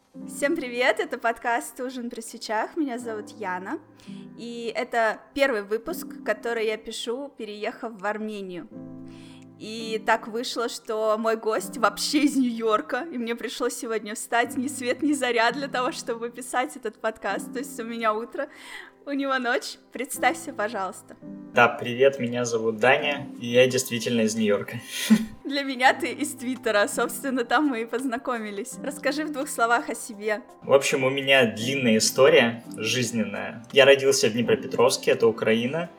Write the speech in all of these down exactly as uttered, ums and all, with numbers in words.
Всем привет, это подкаст «Ужин при свечах», меня зовут Яна, и это первый выпуск, который я пишу, переехав в Армению. И так вышло, что мой гость вообще из Нью-Йорка, и мне пришлось сегодня встать ни свет ни заря для того, чтобы писать этот подкаст, то есть у меня утро, у него ночь. Представься, пожалуйста. Да, привет, меня зовут Даня, и я действительно из Нью-Йорка. Для меня ты из Твиттера, собственно, там мы и познакомились. Расскажи в двух словах о себе. В общем, у меня длинная история жизненная. Я родился в Днепропетровске, это Украина.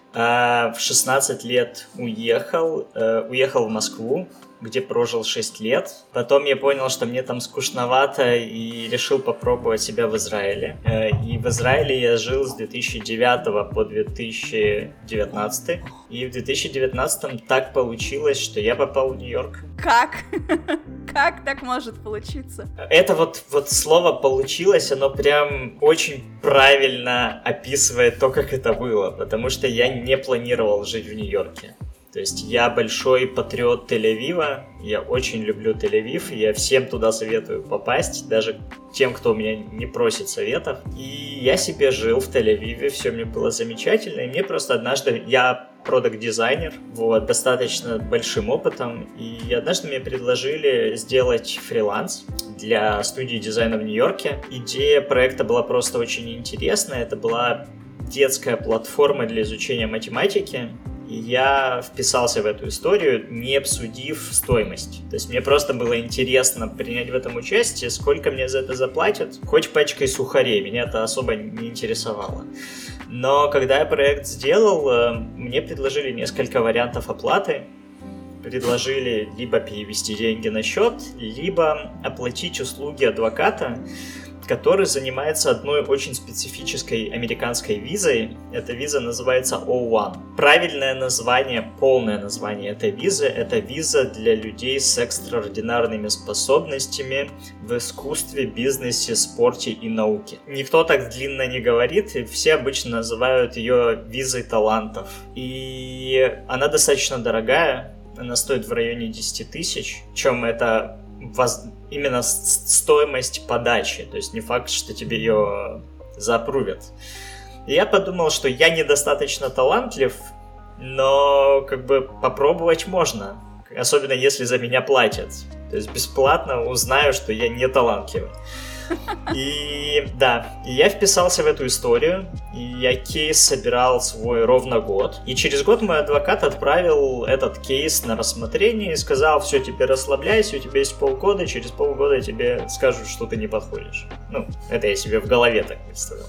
В шестнадцать лет уехал, уехал в Москву, где прожил шесть лет. Потом я понял, что мне там скучновато, и решил попробовать себя в Израиле. И в Израиле я жил с две тысячи девятого по две тысячи девятнадцатый. И в две тысячи девятнадцатом так получилось, что я попал в Нью-Йорк. Как? Как так может получиться? Это вот, вот слово «получилось», оно прям очень правильно описывает то, как это было. Потому что я не планировал жить в Нью-Йорке. То есть я большой патриот Тель-Авива, я очень люблю Тель-Авив, и я всем туда советую попасть, даже тем, кто у меня не просит советов. И я себе жил в Тель-Авиве, все мне было замечательно, и мне просто однажды, я продакт-дизайнер, вот, достаточно большим опытом, и однажды мне предложили сделать фриланс для студии дизайна в Нью-Йорке. Идея проекта была просто очень интересная, это была детская платформа для изучения математики. И я вписался в эту историю, не обсудив стоимость. То есть мне просто было интересно принять в этом участие, сколько мне за это заплатят. Хоть пачкой сухарей, меня это особо не интересовало. Но когда я проект сделал, мне предложили несколько вариантов оплаты. Предложили либо перевести деньги на счет, либо оплатить услуги адвоката, который занимается одной очень специфической американской визой. Эта виза называется о один. Правильное название, полное название этой визы — это виза для людей с экстраординарными способностями в искусстве, бизнесе, спорте и науке. Никто так длинно не говорит, и все обычно называют ее визой талантов. И она достаточно дорогая, она стоит в районе десять тысяч, причем это воз... именно стоимость подачи, то есть не факт, что тебе ее заапрувят. И я подумал, что я недостаточно талантлив, но как бы попробовать можно, особенно если за меня платят. То есть бесплатно узнаю, что я не талантливый. И да, и я вписался в эту историю, и я кейс собирал свой ровно год. И через год мой адвокат отправил этот кейс на рассмотрение и сказал: все, теперь расслабляйся, у тебя есть полгода, через полгода тебе скажут, что ты не подходишь. Ну, это я себе в голове так представил.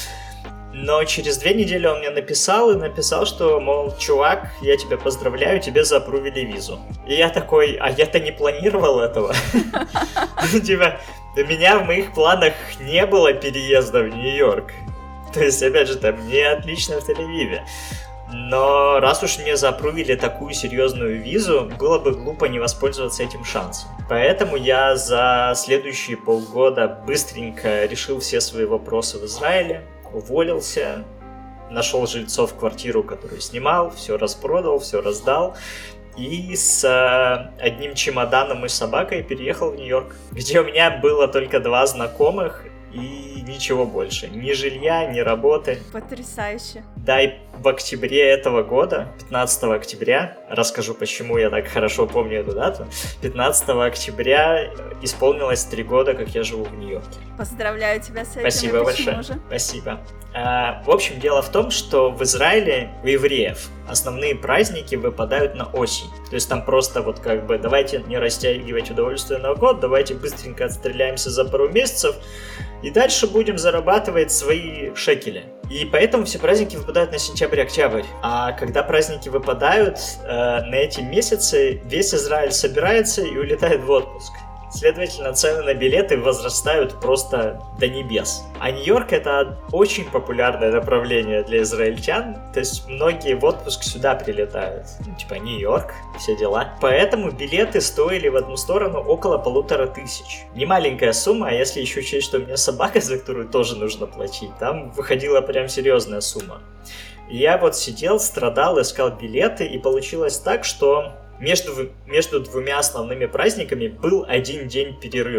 Но через две недели он мне написал, и написал, что, мол, чувак, я тебя поздравляю, тебе заапрувили визу. И я такой: а я-то не планировал этого. Типа, у меня в моих планах не было переезда в Нью-Йорк. То есть, опять же, там мне отлично в Тель-Авиве. Но раз уж мне заапрувили такую серьезную визу, было бы глупо не воспользоваться этим шансом. Поэтому я за следующие полгода быстренько решил все свои вопросы в Израиле, уволился, нашел жильцов в квартиру, которую снимал, все распродал, все раздал. И с э, одним чемоданом и собакой переехал в Нью-Йорк, где у меня было только два знакомых и ничего больше. Ни жилья, ни работы. Потрясающе. Да, и в октябре этого года, пятнадцатого октября, расскажу, почему я так хорошо помню эту дату, пятнадцатого октября исполнилось три года, как я живу в Нью-Йорке. Поздравляю тебя с этим. Спасибо большое. Же? Спасибо. А, в общем, дело в том, что в Израиле у евреев основные праздники выпадают на осень. То есть там просто вот как бы давайте не растягивать удовольствие на год, давайте быстренько отстреляемся за пару месяцев и дальше будем зарабатывать свои шекели. И поэтому все праздники выпадают на сентябрь-октябрь. А когда праздники выпадают, э, на эти месяцы весь Израиль собирается и улетает в отпуск. Следовательно, цены на билеты возрастают просто до небес. А Нью-Йорк — это очень популярное направление для израильтян. То есть многие в отпуск сюда прилетают. Ну, типа Нью-Йорк, все дела. Поэтому билеты стоили в одну сторону около полутора тысяч. Не маленькая сумма, а если еще учесть, что у меня собака, за которую тоже нужно платить, там выходила прям серьезная сумма. И я вот сидел, страдал, искал билеты, и получилось так, что Между, между двумя основными праздниками был один день перерыва.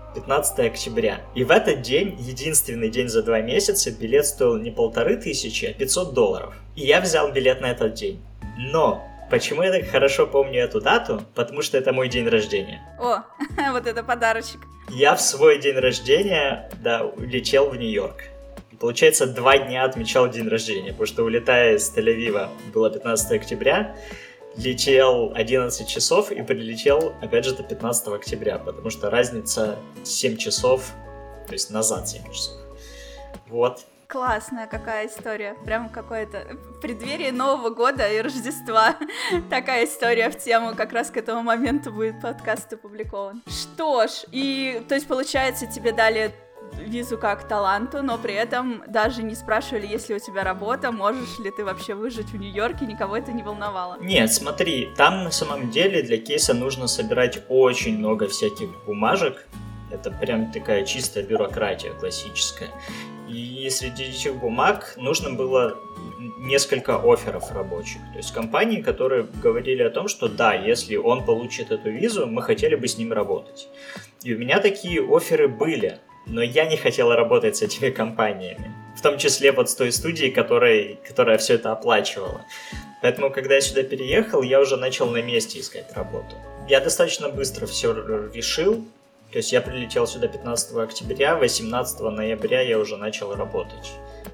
пятнадцатого октября. И в этот день, единственный день за два месяца, билет стоил не полторы тысячи, а пятьсот долларов. И я взял билет на этот день. Но почему я так хорошо помню эту дату? Потому что это мой день рождения. О, вот это подарочек. Я в свой день рождения, да, улетел в Нью-Йорк. И, получается, два дня отмечал день рождения, потому что, улетая из Тель-Авива, было пятнадцатого октября, летел одиннадцать часов и прилетел, опять же, до пятнадцатого октября, потому что разница семь часов, то есть назад семь часов. Вот. Классная какая история. Прям какое-то в преддверии Нового года и Рождества. Такая история в тему. Как раз к этому моменту будет подкаст опубликован. Что ж, и то есть получается тебе дали визу как таланту, но при этом даже не спрашивали, есть ли у тебя работа, можешь ли ты вообще выжить в Нью-Йорке, никого это не волновало. Нет, смотри, там на самом деле для кейса нужно собирать очень много всяких бумажек. Это прям такая чистая бюрократия классическая. И среди этих бумаг нужно было несколько офферов рабочих. То есть компании, которые говорили о том, что да, если он получит эту визу, мы хотели бы с ним работать. И у меня такие офферы были. Но я не хотел работать с этими компаниями. В том числе вот с той студией, которой, которая все это оплачивала. Поэтому, когда я сюда переехал, я уже начал на месте искать работу. Я достаточно быстро все решил. То есть я прилетел сюда пятнадцатого октября, восемнадцатого ноября я уже начал работать.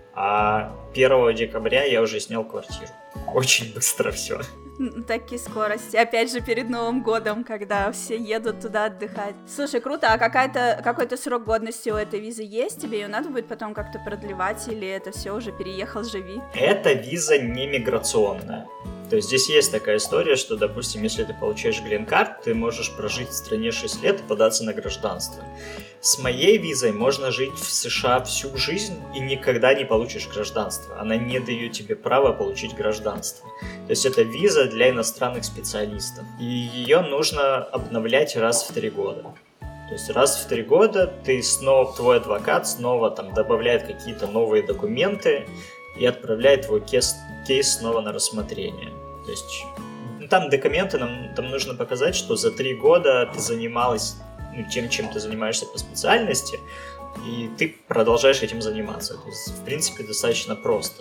А первого декабря я уже снял квартиру. Очень быстро все. Такие скорости. Опять же, перед Новым годом, когда все едут туда отдыхать. Слушай, круто, а какая-то, какой-то срок годности у этой визы есть? Тебе ее надо будет потом как-то продлевать, или это все уже переехал, живи? Эта виза не миграционная. То есть здесь есть такая история, что, допустим, если ты получаешь грин-карт, ты можешь прожить в стране шесть лет и податься на гражданство. С моей визой можно жить в США всю жизнь и никогда не получишь гражданство. Она не дает тебе права получить гражданство. То есть это виза для иностранных специалистов. И ее нужно обновлять раз в три года. То есть раз в три года ты снова, твой адвокат снова там добавляет какие-то новые документы и отправляет твой кейс, кейс снова на рассмотрение. То есть ну, там документы, нам там нужно показать, что за три года ты занималась ну, тем, чем ты занимаешься по специальности, и ты продолжаешь этим заниматься. То есть, в принципе, достаточно просто.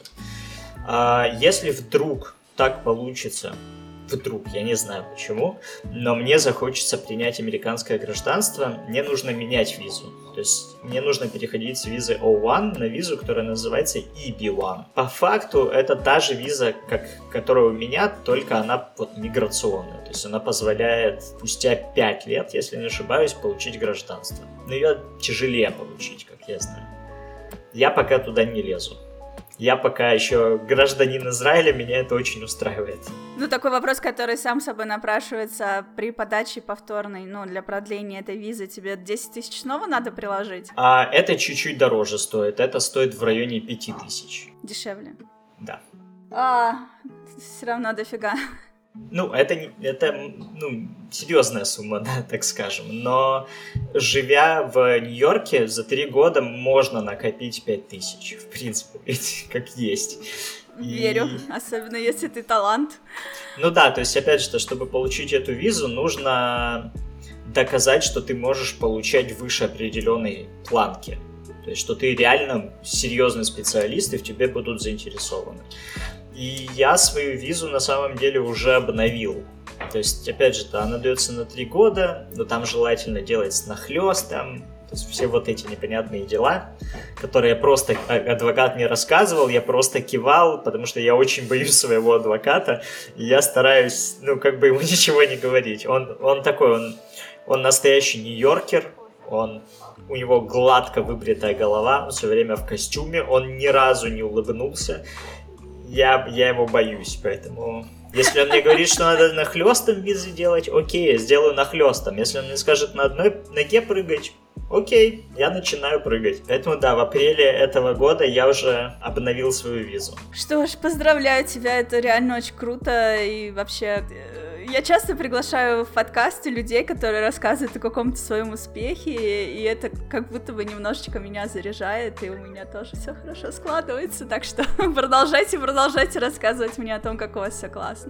А если вдруг так получится, вдруг, я не знаю почему, но мне захочется принять американское гражданство, мне нужно менять визу. То есть мне нужно переходить с визы о один на визу, которая называется и би один. По факту это та же виза, как, которая у меня, только она вот миграционная. То есть она позволяет спустя пять лет, если не ошибаюсь, получить гражданство. Но ее тяжелее получить, как я знаю. Я пока туда не лезу. Я пока еще гражданин Израиля, меня это очень устраивает. Ну, такой вопрос, который сам собой напрашивается при подаче повторной, ну, для продления этой визы, тебе десять тысяч снова надо приложить? А это чуть-чуть дороже стоит, это стоит в районе пять тысяч. Дешевле? Да. А, все равно дофига. Ну, это, это ну, серьезная сумма, да, так скажем. Но живя в Нью-Йорке, за три года можно накопить пять тысяч. В принципе, как есть. Верю, и... особенно если ты талант. Ну да, то есть, опять же, чтобы получить эту визу, нужно доказать, что ты можешь получать выше определенной планки. То есть, что ты реально серьезный специалист, и в тебе будут заинтересованы. И я свою визу на самом деле уже обновил. То есть, опять же, да, она дается на три года, но там желательно делать с нахлёстом. То есть все вот эти непонятные дела, которые я просто, адвокат мне рассказывал, я просто кивал, потому что я очень боюсь своего адвоката, и я стараюсь, ну, как бы ему ничего не говорить. Он, он такой, он, он настоящий нью-йоркер, он, у него гладко выбритая голова, он все время в костюме, он ни разу не улыбнулся. Я, я его боюсь, поэтому... Если он мне говорит, что надо нахлёстом визы делать, окей, я сделаю нахлёстом. Если он мне скажет на одной ноге прыгать, окей, я начинаю прыгать. Поэтому да, в апреле этого года я уже обновил свою визу. Что ж, поздравляю тебя, это реально очень круто, и вообще Я часто приглашаю в подкасты людей, которые рассказывают о каком-то своем успехе, и это как будто бы немножечко меня заряжает, и у меня тоже все хорошо складывается, так что продолжайте, продолжайте рассказывать мне о том, как у вас все классно.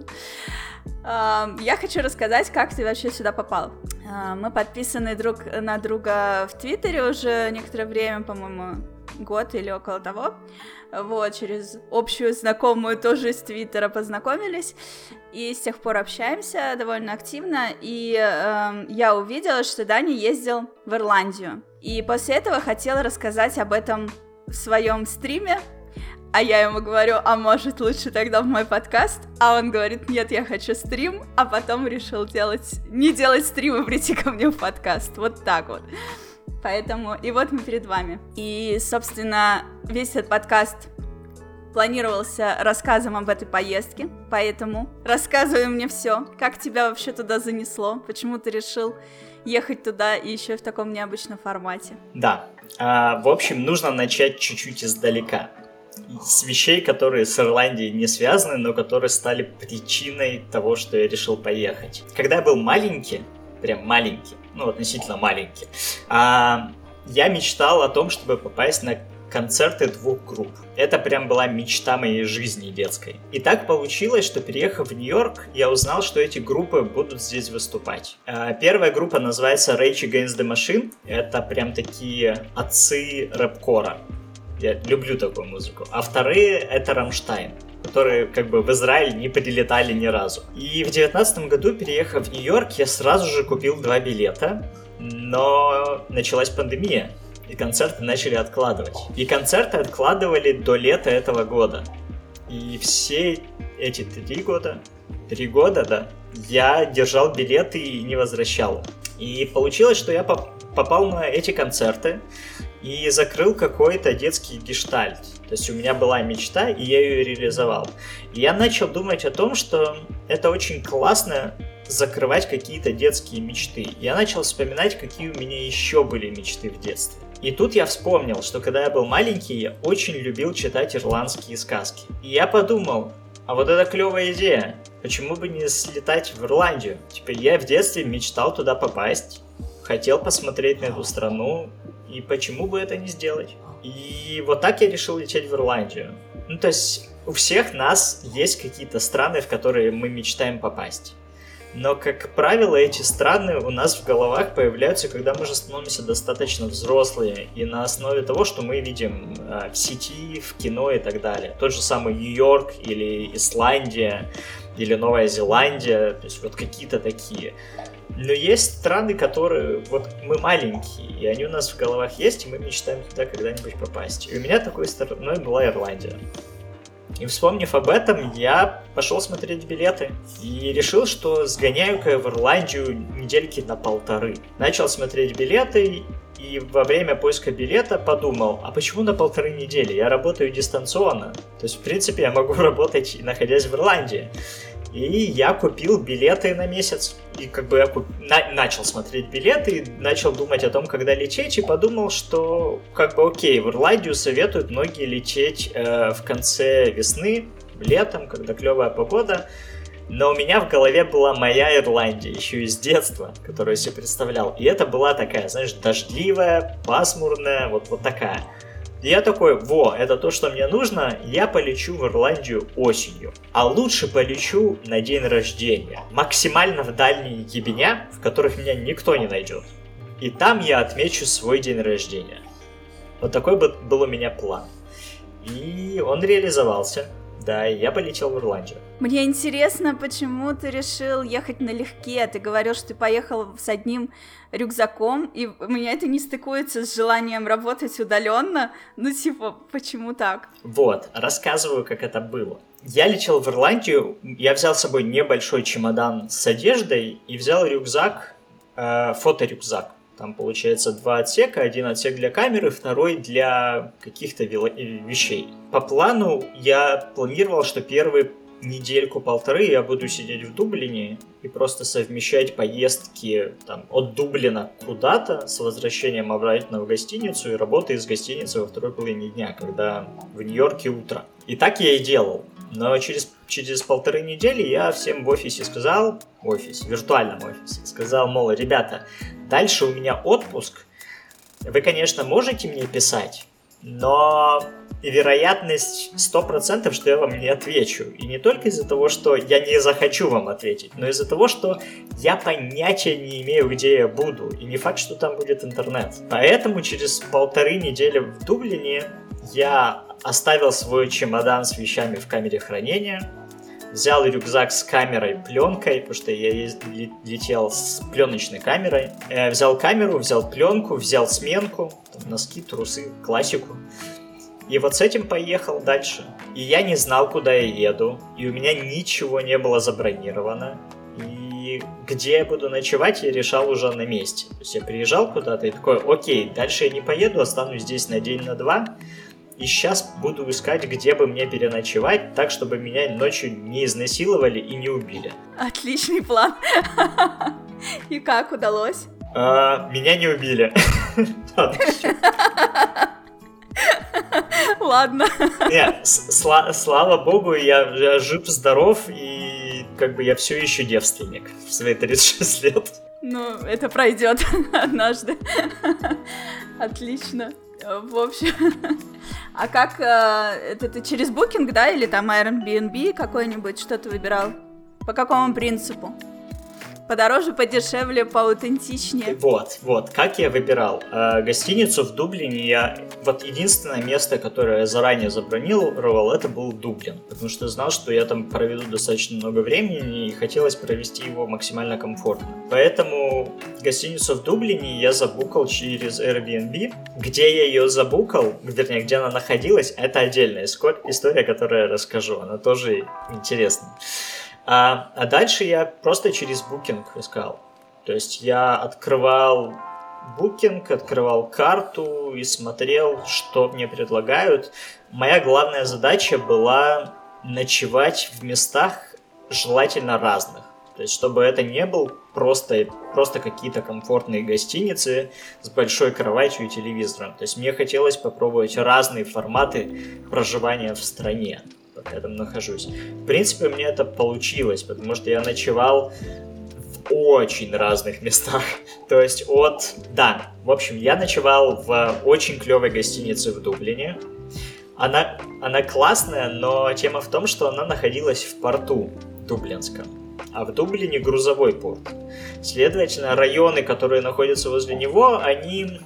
Я хочу рассказать, как ты вообще сюда попал. Мы подписаны друг на друга в Твиттере уже некоторое время, по-моему, год или около того. Вот, через общую знакомую тоже из Твиттера познакомились, и с тех пор общаемся довольно активно, и э, я увидела, что Даня ездил в Ирландию, и после этого хотела рассказать об этом в своем стриме, а я ему говорю, а может лучше тогда в мой подкаст, а он говорит, нет, я хочу стрим, а потом решил делать, не делать стрим и прийти ко мне в подкаст, вот так вот. Поэтому, и вот мы перед вами. И, собственно, весь этот подкаст планировался рассказом об этой поездке, поэтому рассказывай мне все. Как тебя вообще туда занесло? Почему ты решил ехать туда и еще в таком необычном формате? Да, а, в общем, нужно начать чуть-чуть издалека. С вещей, которые с Ирландией не связаны, но которые стали причиной того, что я решил поехать. Когда я был маленький, прям маленький, ну, относительно маленький, а, я мечтал о том, чтобы попасть на концерты двух групп. Это прям была мечта моей жизни детской. И так получилось, что переехав в Нью-Йорк, я узнал, что эти группы будут здесь выступать. А, первая группа называется Rage Against the Machine. Это прям такие отцы рэп-кора. Я люблю такую музыку. А вторые — это Рамштайн, которые как бы в Израиль не прилетали ни разу. И в девятнадцатом году, переехав в Нью-Йорк, я сразу же купил два билета, но началась пандемия, и концерты начали откладывать. И концерты откладывали до лета этого года. И все эти три года, три года, да, я держал билеты и не возвращал. И получилось, что я попал на эти концерты и закрыл какой-то детский гештальт. То есть у меня была мечта, и я ее реализовал. И я начал думать о том, что это очень классно закрывать какие-то детские мечты. Я начал вспоминать, какие у меня еще были мечты в детстве. И тут я вспомнил, что когда я был маленький, я очень любил читать ирландские сказки. И я подумал, а вот это клевая идея. Почему бы не слетать в Ирландию? Теперь я в детстве мечтал туда попасть, хотел посмотреть на эту страну, и почему бы это не сделать? И вот так я решил лететь в Ирландию. Ну, то есть у всех нас есть какие-то страны, в которые мы мечтаем попасть. Но, как правило, эти страны у нас в головах появляются, когда мы уже становимся достаточно взрослые, и на основе того, что мы видим э, в сети, в кино и так далее. Тот же самый Нью-Йорк или Исландия, или Новая Зеландия, то есть вот какие-то такие. Но есть страны, которые, вот мы маленькие, и они у нас в головах есть, и мы мечтаем туда когда-нибудь попасть. И у меня такой стороной была Ирландия. И вспомнив об этом, я пошел смотреть билеты и решил, что сгоняю-ка в Ирландию недельки на полторы. Начал смотреть билеты, и во время поиска билета подумал, а почему на полторы недели? Я работаю дистанционно. То есть, в принципе, я могу работать, находясь в Ирландии. И я купил билеты на месяц. И как бы я куп... на... начал смотреть билеты, и начал думать о том, когда лететь, и подумал, что как бы окей, в Ирландию советуют многие лететь э, в конце весны, летом, когда клевая погода. Но у меня в голове была моя Ирландия, еще из детства, которую я себе представлял. И это была такая, знаешь, дождливая, пасмурная, вот, вот такая. И я такой, во, это то, что мне нужно, я полечу в Ирландию осенью. А лучше полечу на день рождения. Максимально в дальние ебеня, в которых меня никто не найдет. И там я отмечу свой день рождения. Вот такой был у меня план. И он реализовался. Да, и я полетел в Ирландию. Мне интересно, почему ты решил ехать налегке? Ты говорил, что ты поехал с одним рюкзаком, и у меня это не стыкуется с желанием работать удаленно. Ну, типа, почему так? Вот, рассказываю, как это было. Я летел в Ирландию, я взял с собой небольшой чемодан с одеждой и взял рюкзак, э, фоторюкзак. Там, получается, два отсека. Один отсек для камеры, второй для каких-то вело- вещей. По плану я планировал, что первые недельку-полторы я буду сидеть в Дублине и просто совмещать поездки там, от Дублина куда-то с возвращением обратно в гостиницу и работой из гостиницы во второй половине дня, когда в Нью-Йорке утро. И так я и делал. Но через, через полторы недели я всем в офисе сказал, в офисе, в виртуальном офисе, сказал, мол, ребята, дальше у меня отпуск, вы, конечно, можете мне писать, но вероятность сто процентов, что я вам не отвечу. И не только из-за того, что я не захочу вам ответить, но из-за того, что я понятия не имею, где я буду. И не факт, что там будет интернет. Поэтому через полторы недели в Дублине я оставил свой чемодан с вещами в камере хранения, взял рюкзак с камерой, пленкой, потому что я ездил, летел с пленочной камерой. Э, взял камеру, взял пленку, взял сменку, там, носки, трусы, классику. И вот с этим поехал дальше. И я не знал, куда я еду, и у меня ничего не было забронировано. И где я буду ночевать, я решал уже на месте. То есть я приезжал куда-то и такой, окей, дальше я не поеду, останусь здесь на день, на два. И сейчас буду искать, где бы мне переночевать, так, чтобы меня ночью не изнасиловали и не убили. Отличный план. И как удалось? А, меня не убили. Ладно. Нет, сла- слава богу, я, я жив-здоров, и как бы я все еще девственник в свои тридцать шесть лет. Ну, это пройдет однажды. Отлично. В общем, а как, это ты через Booking, да, или там Airbnb какой-нибудь, что ты выбирал? По какому принципу? Подороже, подешевле, поаутентичнее? Вот, вот, как я выбирал. Э, гостиницу в Дублине я... Вот единственное место, которое я заранее забронировал, это был Дублин. Потому что знал, что я там проведу достаточно много времени и хотелось провести его максимально комфортно. Поэтому гостиницу в Дублине я забукал через Airbnb. Где я ее забукал, вернее, где она находилась, это отдельная история, которую я расскажу. Она тоже интересная. А, а дальше я просто через Booking искал. То есть я открывал Booking, открывал карту и смотрел, что мне предлагают. Моя главная задача была ночевать в местах желательно разных. То есть чтобы это не был просто, просто какие-то комфортные гостиницы с большой кроватью и телевизором. То есть мне хотелось попробовать разные форматы проживания в стране. Я там нахожусь. В принципе, у меня это получилось, потому что я ночевал в очень разных местах. То есть от... Да, в общем, я ночевал в очень клевой гостинице в Дублине. Она, она классная, но тема в том, что она находилась в порту дублинском. А в Дублине грузовой порт. Следовательно, районы, которые находятся возле него, они...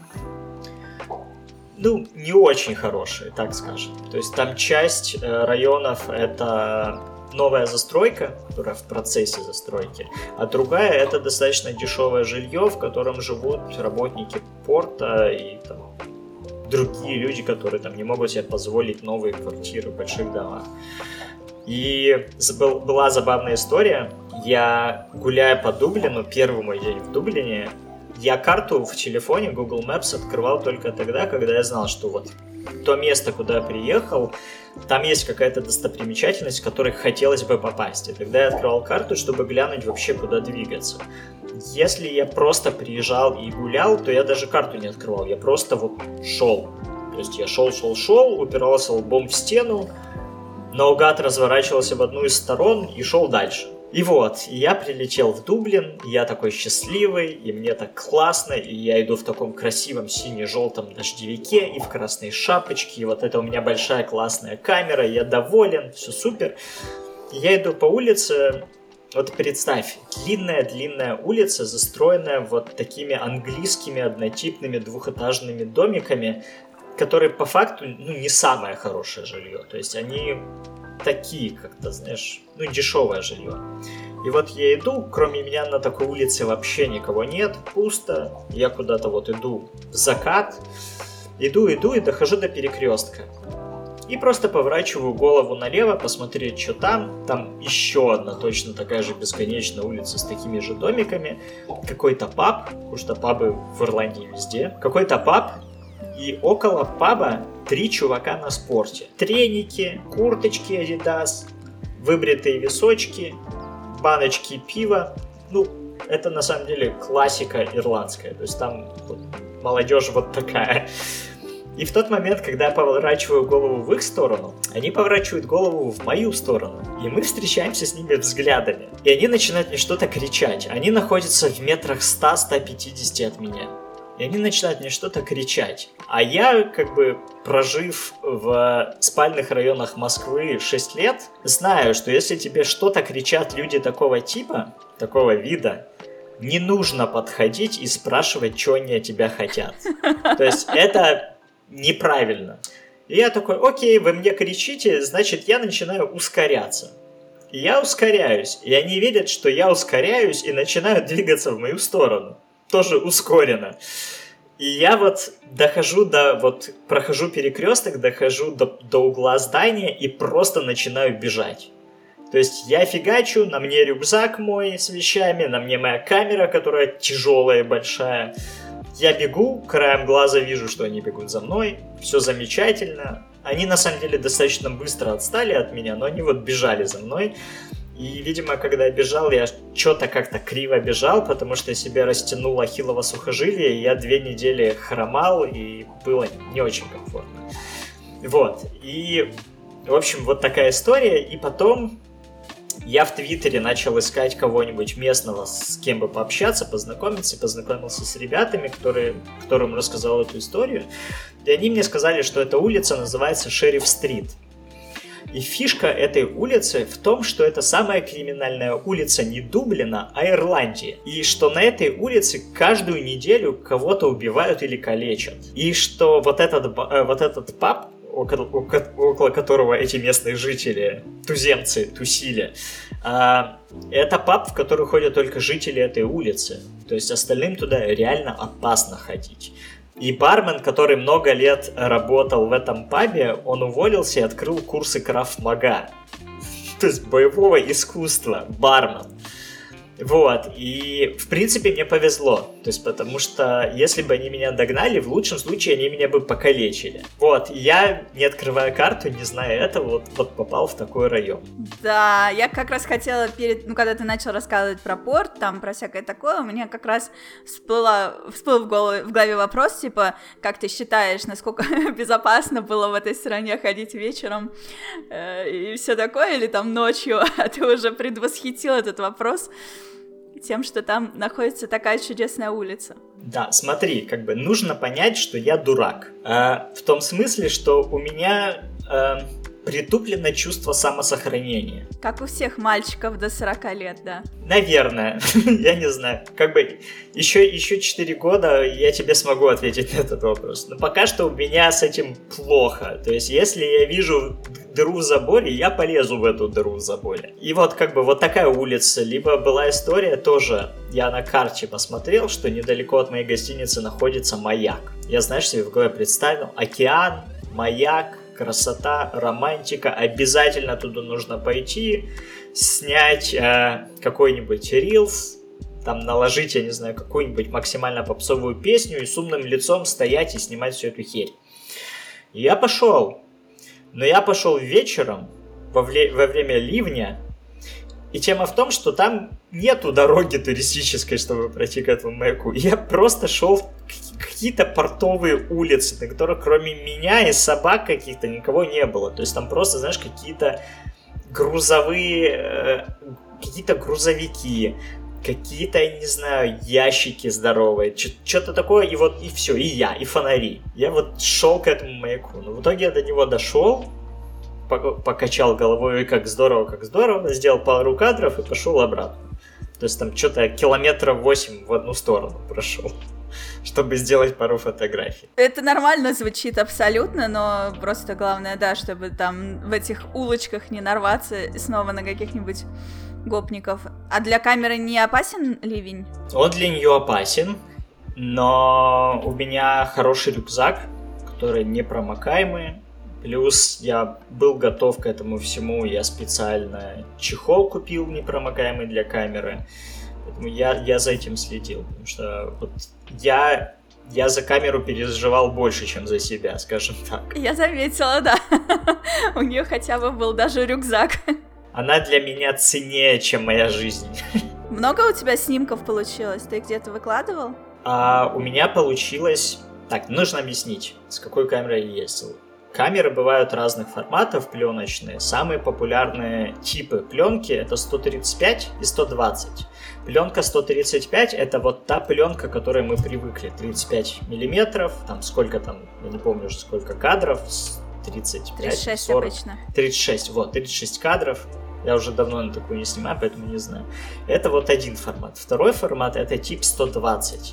Ну, не очень хорошие, так скажем. То есть там часть э, районов это новая застройка, которая в процессе застройки, а другая это достаточно дешевое жилье, в котором живут работники порта и там, другие люди, которые там не могут себе позволить новые квартиры в больших домах. И был, была забавная история. Я, гуляя по Дублину, первый мой день в Дублине, я карту в телефоне Google Maps открывал только тогда, когда я знал, что вот то место, куда я приехал, там есть какая-то достопримечательность, в которой хотелось бы попасть. И тогда я открывал карту, чтобы глянуть вообще, куда двигаться. Если я просто приезжал и гулял, то я даже карту не открывал, я просто вот шел. То есть я шел, шел, шел, упирался лбом в стену, наугад разворачивался в одну из сторон и шел дальше. И вот, я прилетел в Дублин, я такой счастливый, и мне так классно, и я иду в таком красивом сине-желтом дождевике и в красной шапочке, и вот это у меня большая классная камера, я доволен, все супер. И я иду по улице, вот представь, длинная-длинная улица, застроенная вот такими английскими однотипными двухэтажными домиками, которые по факту, ну, не самое хорошее жилье, то есть они... такие, как-то, знаешь, ну, дешевое жилье. И вот я иду, кроме меня на такой улице вообще никого нет, пусто. Я куда-то вот иду в закат, иду, иду и дохожу до перекрестка. И просто поворачиваю голову налево, посмотреть, что там. Там еще одна точно такая же бесконечная улица с такими же домиками. Какой-то паб, потому что пабы в Ирландии везде. Какой-то паб. И около паба три чувака на спорте. Треники, курточки Adidas, выбритые височки, баночки пива. Ну, это на самом деле классика ирландская. То есть там вот, молодежь вот такая. И в тот момент, когда я поворачиваю голову в их сторону, они поворачивают голову в мою сторону. И мы встречаемся с ними взглядами. И они начинают мне что-то кричать. Они находятся в метрах сто-сто пятьдесят от меня. И они начинают мне что-то кричать. А я, как бы, прожив в спальных районах Москвы шесть лет, знаю, что если тебе что-то кричат люди такого типа, такого вида, не нужно подходить и спрашивать, что они от тебя хотят. То есть это неправильно. И я такой, окей, вы мне кричите, значит, я начинаю ускоряться. И я ускоряюсь. И они видят, что я ускоряюсь и начинают двигаться в мою сторону. Тоже ускоренно. И я вот дохожу до, вот прохожу перекресток, дохожу до, до угла здания и просто начинаю бежать. То есть я фигачу, на мне рюкзак мой с вещами, на мне моя камера, которая тяжелая и большая. Я бегу, краем глаза вижу, что они бегут за мной, все замечательно. Они на самом деле достаточно быстро отстали от меня, но они вот бежали за мной. И, видимо, когда я бежал, я что-то как-то криво бежал, потому что я себе растянул ахиллово сухожилие, и я две недели хромал, и было не очень комфортно. Вот, и, в общем, вот такая история, и потом я в Твиттере начал искать кого-нибудь местного, с кем бы пообщаться, познакомиться, познакомился с ребятами, которые, которым рассказал эту историю, и они мне сказали, что эта улица называется Шериф-стрит. И фишка этой улицы в том, что это самая криминальная улица не Дублина, а Ирландии. И что на этой улице каждую неделю кого-то убивают или калечат. И что вот этот, вот этот паб, около, около которого эти местные жители, туземцы, тусили, это паб, в который ходят только жители этой улицы. То есть остальным туда реально опасно ходить. И бармен, который много лет работал в этом пабе, он уволился и открыл курсы крафт-мага. То есть боевого искусства. Бармен. Вот. И, в принципе, мне повезло. То есть, потому что, если бы они меня догнали, в лучшем случае они меня бы покалечили. Вот. И я, не открывая карту, не зная этого, вот, вот попал в такой район. Да, я как раз хотела перед... Ну, когда ты начал рассказывать про порт, там, про всякое такое, у меня как раз всплыла, всплыл в, голове, в голове вопрос, типа, как ты считаешь, насколько безопасно было в этой стране ходить вечером э, и все такое, или там ночью, а ты уже предвосхитил этот вопрос тем, что там находится такая чудесная улица. Да, смотри, как бы нужно понять, что я дурак. Э, в том смысле, что у меня э, притуплено чувство самосохранения. Как у всех мальчиков до сорока лет, да. Наверное, я не знаю. Как бы еще, еще четыре года я тебе смогу ответить на этот вопрос. Но пока что у меня с этим плохо. То есть, если я вижу дыру в заборе, я полезу в эту дыру в заборе. И вот как бы вот такая улица. Либо была история тоже, я на карте посмотрел, что недалеко от моей гостиницы находится маяк. Я, знаешь, себе в голове представил океан, маяк, красота, романтика. Обязательно туда нужно пойти, снять э, какой-нибудь рилс, там наложить, я не знаю, какую-нибудь максимально попсовую песню и с умным лицом стоять и снимать всю эту херь. И я пошел. Но я пошел вечером, во, вле- во время ливня, и тема в том, что там нету дороги туристической, чтобы пройти к этому маяку. Я просто шел в какие-то портовые улицы, на которых кроме меня и собак каких-то никого не было. То есть там просто, знаешь, какие-то грузовые, э, какие-то грузовики, какие-то, я не знаю, ящики здоровые, что-то такое, и вот, и все, и я, и фонари. Я вот шел к этому маяку, но в итоге я до него дошел, покачал головой, как здорово, как здорово, сделал пару кадров и пошел обратно. То есть там что-то километров восемь в одну сторону прошел, чтобы сделать пару фотографий. Это нормально звучит абсолютно, но просто главное, да, чтобы там в этих улочках не нарваться снова на каких-нибудь гопников. А для камеры не опасен ливень? Он для нее опасен, но у меня хороший рюкзак, который непромокаемый. Плюс я был готов к этому всему, я специально чехол купил непромокаемый для камеры. Поэтому я, я за этим следил, потому что вот я, я за камеру переживал больше, чем за себя, скажем так. Я заметила, да. У нее хотя бы был даже рюкзак. Она для меня ценнее, чем моя жизнь. Много у тебя снимков получилось? Ты где-то выкладывал? А, у меня получилось... Так, нужно объяснить, с какой камерой я ездил. Камеры бывают разных форматов, пленочные. Самые популярные типы пленки это сто тридцать пять и сто двадцать. Пленка сто тридцать пять это вот та пленка, к которой мы привыкли. тридцать пять миллиметров, там сколько там, я не помню уже сколько кадров, тридцать пять, тридцать шесть сорок. Обычно. тридцать шесть, вот, тридцать шесть кадров. Я уже давно на такую не снимаю, поэтому не знаю. Это вот один формат. Второй формат это тип сто двадцать.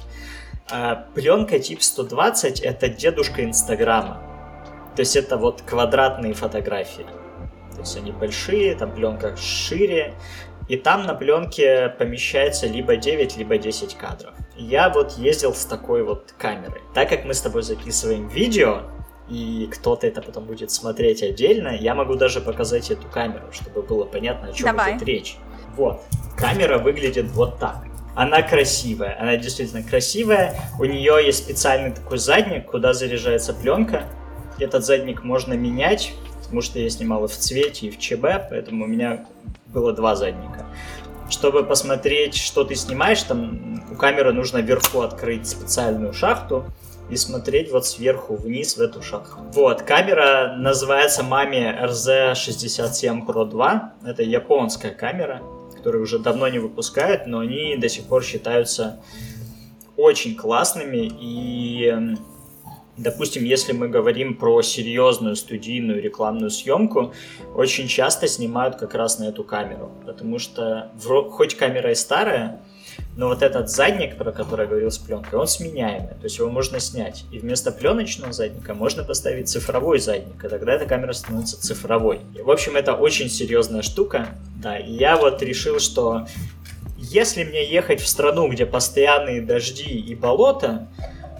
А пленка тип сто двадцать это дедушка Инстаграма. То есть это вот квадратные фотографии. То есть они большие, там пленка шире. И там на пленке помещается либо девять, либо десять кадров. Я вот ездил с такой вот камерой. Так как мы с тобой записываем видео, и кто-то это потом будет смотреть отдельно, я могу даже показать эту камеру, чтобы было понятно, о чем Давай. идет речь. Вот. Камера выглядит вот так. Она красивая, она действительно красивая. У нее есть специальный такой задник, куда заряжается пленка. Этот задник можно менять, потому что я снимал и в цвете, и в ЧБ, поэтому у меня было два задника. Чтобы посмотреть, что ты снимаешь, там у камеры нужно вверху открыть специальную шахту и смотреть вот сверху вниз в эту шахту. Вот, камера называется Mami эр зет шестьдесят семь про два. Это японская камера, которую уже давно не выпускают, но они до сих пор считаются очень классными. И, допустим, если мы говорим про серьезную студийную рекламную съемку, очень часто снимают как раз на эту камеру, потому что хоть камера и старая, но вот этот задник, про который я говорил с пленкой, он сменяемый, то есть его можно снять. И вместо пленочного задника можно поставить цифровой задник, и тогда эта камера становится цифровой. И, в общем, это очень серьезная штука. Да, и я вот решил, что если мне ехать в страну, где постоянные дожди и болото,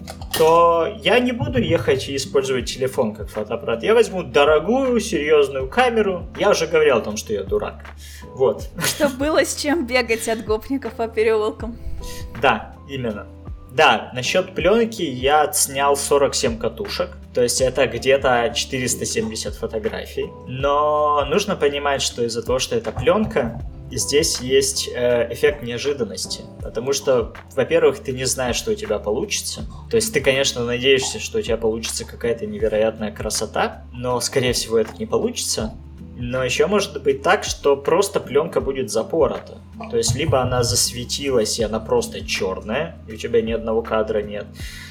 то я не буду ехать и использовать телефон как фотоаппарат. Я возьму дорогую, серьезную камеру. Я уже говорил о том, что я дурак. Вот. Чтобы было с чем бегать от гопников по переулкам. Да, именно. Да, насчет пленки я отснял сорок семь катушек. То есть это где-то четыреста семьдесят фотографий. Но нужно понимать, что из-за того, что это пленка, здесь есть э, эффект неожиданности. Потому что, во-первых, ты не знаешь, что у тебя получится. То есть ты, конечно, надеешься, что у тебя получится какая-то невероятная красота, но, скорее всего, это не получится. Но еще может быть так, что просто пленка будет запорота. То есть либо она засветилась, и она просто черная, и у тебя ни одного кадра нет.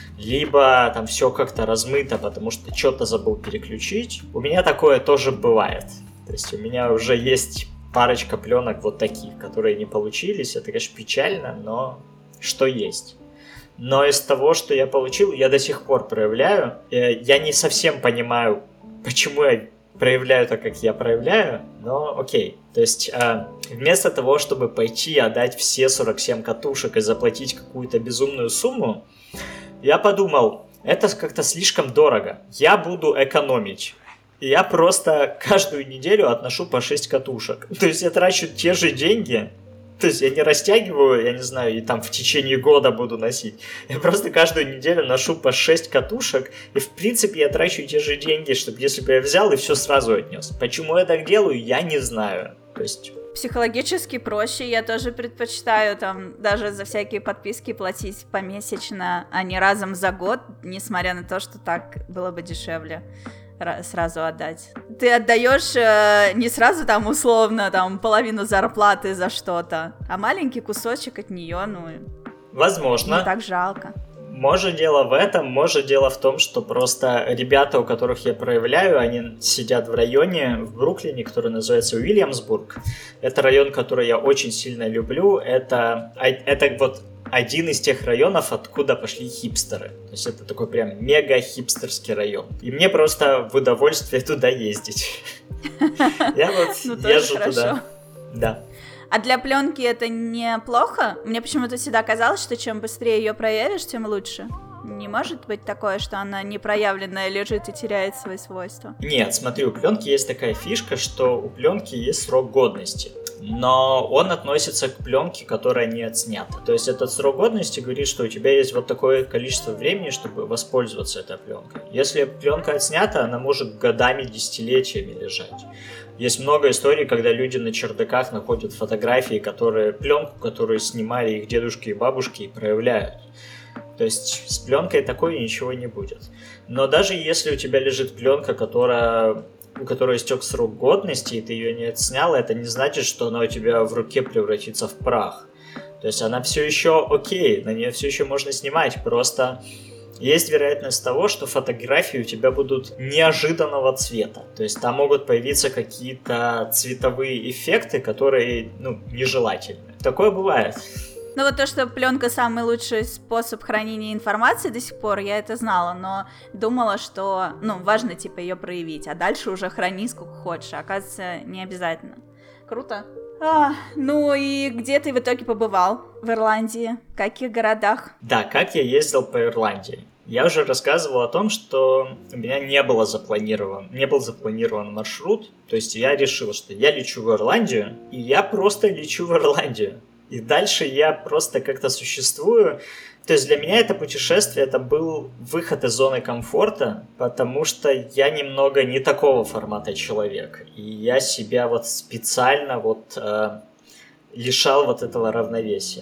Либо там все как-то размыто, потому что что-то забыл переключить. У меня такое тоже бывает. То есть у меня уже есть парочка пленок вот таких, которые не получились. Это, конечно, печально, но что есть. Но из того, что я получил, я до сих пор проявляю. Я не совсем понимаю, почему я проявляю так, как я проявляю, но окей. То есть вместо того, чтобы пойти и отдать все сорок семь катушек и заплатить какую-то безумную сумму, я подумал, это как-то слишком дорого. Я буду экономить. И я просто каждую неделю отношу по шесть катушек. То есть я трачу те же деньги. То есть я не растягиваю, я не знаю, и там в течение года буду носить. Я просто каждую неделю ношу по шесть катушек. И в принципе я трачу те же деньги, чтобы если бы я взял и все сразу отнес. Почему я так делаю, я не знаю. То есть... Психологически проще, я тоже предпочитаю там даже за всякие подписки платить помесячно, а не разом за год, несмотря на то, что так было бы дешевле сразу отдать. Ты отдаешь э, не сразу там условно там половину зарплаты за что-то, а маленький кусочек от нее, ну, возможно. Не так жалко. Может, дело в этом, может, дело в том, что просто ребята, у которых я проявляю, они сидят в районе в Бруклине, который называется Уильямсбург. Это район, который я очень сильно люблю. Это, это вот один из тех районов, откуда пошли хипстеры. То есть это такой прям мега-хипстерский район. И мне просто в удовольствие туда ездить. Я вот езжу туда. Да. А для пленки это неплохо? Мне почему-то всегда казалось, что чем быстрее ее проявишь, тем лучше. Не может быть такое, что она непроявленная лежит и теряет свои свойства? Нет, смотри, у пленки есть такая фишка, что у пленки есть срок годности. Но он относится к пленке, которая не отснята. То есть этот срок годности говорит, что у тебя есть вот такое количество времени, чтобы воспользоваться этой пленкой. Если пленка отснята, она может годами, десятилетиями лежать. Есть много историй, когда люди на чердаках находят фотографии, которые, пленку, которую снимали их дедушки и бабушки, и проявляют. То есть с пленкой такой ничего не будет. Но даже если у тебя лежит пленка, которая... у которой истек срок годности, и ты ее не отснял, это не значит, что она у тебя в руке превратится в прах. То есть она все еще окей, на нее все еще можно снимать, просто есть вероятность того, что фотографии у тебя будут неожиданного цвета. То есть там могут появиться какие-то цветовые эффекты, которые, ну, нежелательны. Такое бывает. Ну вот то, что пленка самый лучший способ хранения информации до сих пор, я это знала, но думала, что, ну, важно, типа, ее проявить, а дальше уже храни сколько хочешь, а оказывается, не обязательно. Круто. А, ну и где ты в итоге побывал в Ирландии? В каких городах? Да, как я ездил по Ирландии. Я уже рассказывал о том, что у меня не было запланирован, не был запланирован маршрут, то есть я решил, что я лечу в Ирландию, и я просто лечу в Ирландию. И дальше я просто как-то существую. То есть для меня это путешествие, это был выход из зоны комфорта, потому что я немного не такого формата человек. И я себя вот специально вот э, лишал вот этого равновесия.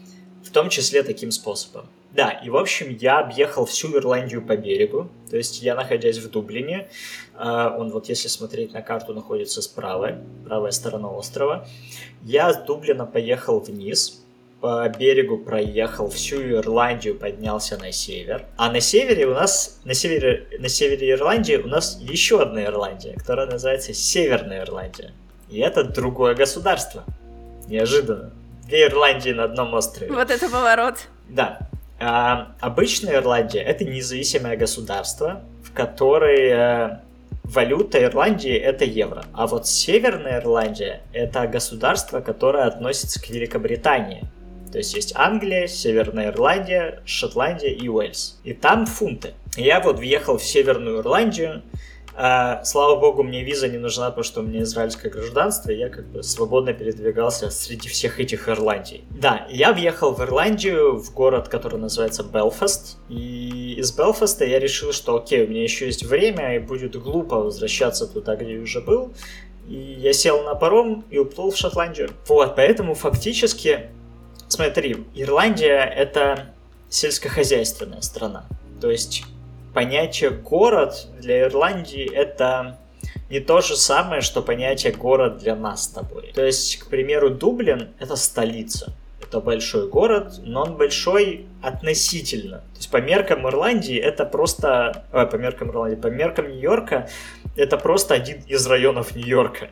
В том числе таким способом. Да, и в общем я объехал всю Ирландию по берегу. То есть я, находясь в Дублине, э, он вот если смотреть на карту находится справа, правая сторона острова. Я с Дублина поехал вниз, по берегу проехал всю Ирландию, поднялся на север. А на севере у нас, на севере, на севере Ирландии у нас еще одна Ирландия, которая называется Северная Ирландия. И это другое государство. Неожиданно. Две Ирландии на одном острове. Вот это поворот. Да. А, обычная Ирландия — это независимое государство, в которой а, валюта Ирландии — это евро. А вот Северная Ирландия — это государство, которое относится к Великобритании. То есть есть Англия, Северная Ирландия, Шотландия и Уэльс. И там фунты. Я вот въехал в Северную Ирландию. А, слава богу, мне виза не нужна, потому что у меня израильское гражданство, и я как бы свободно передвигался среди всех этих Ирландий. Да, я въехал в Ирландию, в город, который называется Белфаст, и из Белфаста я решил, что окей, у меня еще есть время, и будет глупо возвращаться туда, где я уже был, и я сел на паром и уплыл в Шотландию. Вот, поэтому фактически, смотри, Ирландия — это сельскохозяйственная страна, то есть... Понятие «город» для Ирландии — это не то же самое, что понятие «город» для нас с тобой. То есть, к примеру, Дублин — это столица. Это большой город, но он большой относительно. То есть, по меркам Ирландии это просто... Ой, по меркам Ирландии, по меркам Нью-Йорка это просто один из районов Нью-Йорка.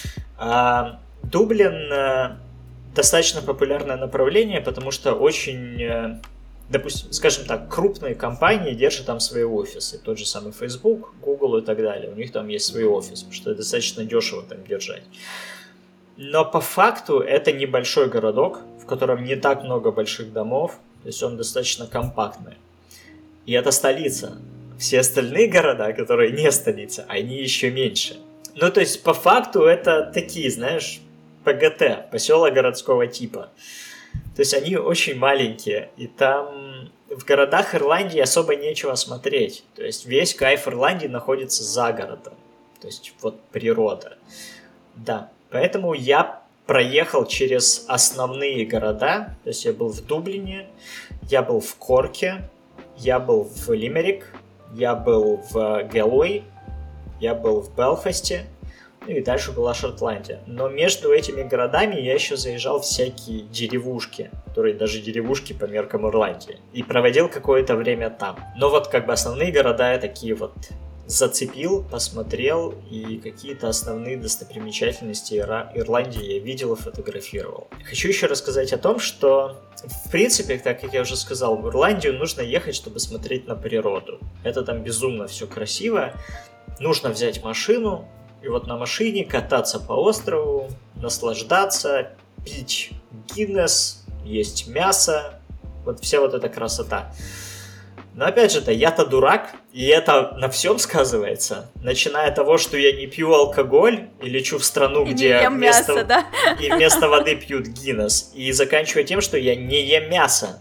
А Дублин — достаточно популярное направление, потому что очень... Допустим, скажем так, крупные компании держат там свои офисы. Тот же самый Facebook, Google и так далее. У них там есть свой офис, потому что это достаточно дешево там держать. Но по факту это небольшой городок, в котором не так много больших домов. То есть он достаточно компактный. И это столица. Все остальные города, которые не столица, они еще меньше. Ну, то есть по факту это такие, знаешь, ПГТ, поселок городского типа. То есть они очень маленькие, и там в городах Ирландии особо нечего смотреть. То есть весь кайф Ирландии находится за городом. То есть вот природа. Да, поэтому я проехал через основные города. То есть я был в Дублине, я был в Корке, я был в Лимерик, я был в Гэллоуэй, я был в Белфасте. Ну и дальше была Шотландия. Но между этими городами я еще заезжал в всякие деревушки, которые даже деревушки по меркам Ирландии. И проводил какое-то время там. Но вот как бы основные города я такие вот зацепил, посмотрел, и какие-то основные достопримечательности Ира- Ирландии я видел и фотографировал. Хочу еще рассказать о том, что в принципе, так как я уже сказал, в Ирландию нужно ехать, чтобы смотреть на природу. Это там безумно все красиво. Нужно взять машину, и вот на машине кататься по острову, наслаждаться, пить Гиннес, есть мясо, вот вся вот эта красота. Но опять же-то, я-то дурак, и это на всем сказывается. Начиная от того, что я не пью алкоголь и лечу в страну, и где не ем вместо... мясо, да? и вместо воды пьют Гиннес. И заканчивая тем, что я не ем мясо.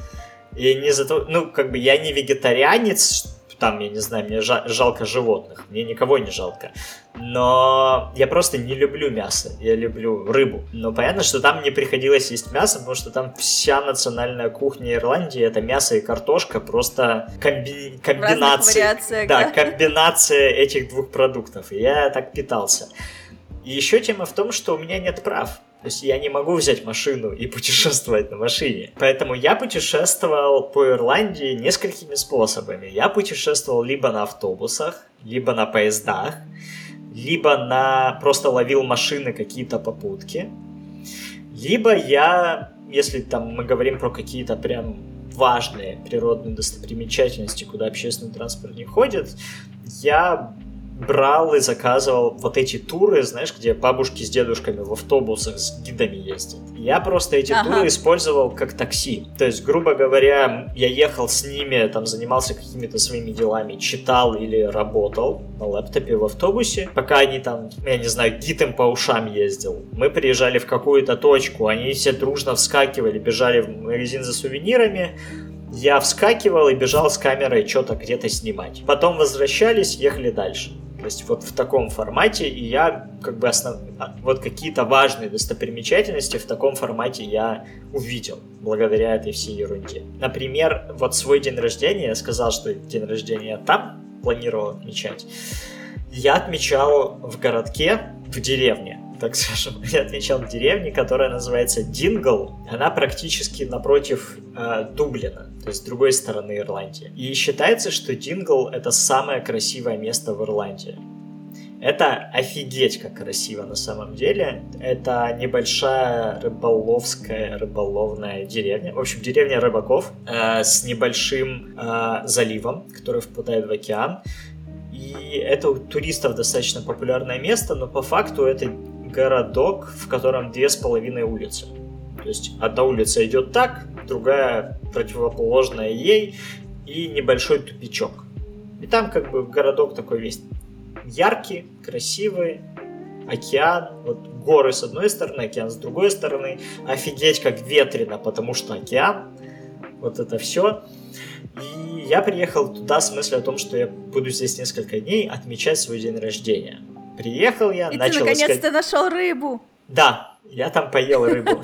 И не за то... Ну, как бы я не вегетарианец, там, я не знаю, мне жалко животных, мне никого не жалко. Но я просто не люблю мясо, я люблю рыбу. Но понятно, что там мне приходилось есть мясо, потому что там вся национальная кухня Ирландии — это мясо и картошка, просто комби... комбинация. Да, да, комбинация этих двух продуктов. И я так питался. И еще тема в том, что у меня нет прав. То есть я не могу взять машину и путешествовать на машине. Поэтому я путешествовал по Ирландии несколькими способами. Я путешествовал либо на автобусах, либо на поездах, либо на просто ловил машины, какие-то попутки. Либо я, если там мы говорим про какие-то прям важные природные достопримечательности, куда общественный транспорт не ходит, я брал и заказывал вот эти туры, знаешь, где бабушки с дедушками в автобусах с гидами ездят. Я просто эти ага. туры использовал как такси. То есть, грубо говоря, я ехал с ними, там занимался какими-то своими делами, читал или работал на лэптопе в автобусе, пока они там, я не знаю, гид им по ушам ездил. Мы приезжали в какую-то точку, они все дружно вскакивали, бежали в магазин за сувенирами. Я вскакивал и бежал с камерой что-то где-то снимать. Потом возвращались, ехали дальше. То есть вот в таком формате, и я как бы основ... вот какие-то важные достопримечательности в таком формате я увидел, благодаря этой всей ерунде. Например, вот свой день рождения, я сказал, что день рождения я там планировал отмечать, я отмечал в городке, в деревне, так скажем. Я отмечал в деревне, которая называется Дингл. Она практически напротив э, Дублина, то есть с другой стороны Ирландии. И считается, что Дингл — это самое красивое место в Ирландии. Это офигеть как красиво на самом деле. Это небольшая рыболовская, рыболовная деревня. В общем, деревня рыбаков э, с небольшим э, заливом, который впадает в океан. И это у туристов достаточно популярное место, но по факту это городок, в котором две с половиной улицы. То есть одна улица идет так, другая противоположная ей, и небольшой тупичок. И там как бы городок такой весь яркий, красивый, океан, вот горы с одной стороны, океан с другой стороны. Офигеть как ветрено, потому что океан, вот это все. И я приехал туда с мыслью о том, что я буду здесь несколько дней отмечать свой день рождения. Приехал я, и начал ты наконец-то искать... нашел рыбу. Да, я там поел рыбу.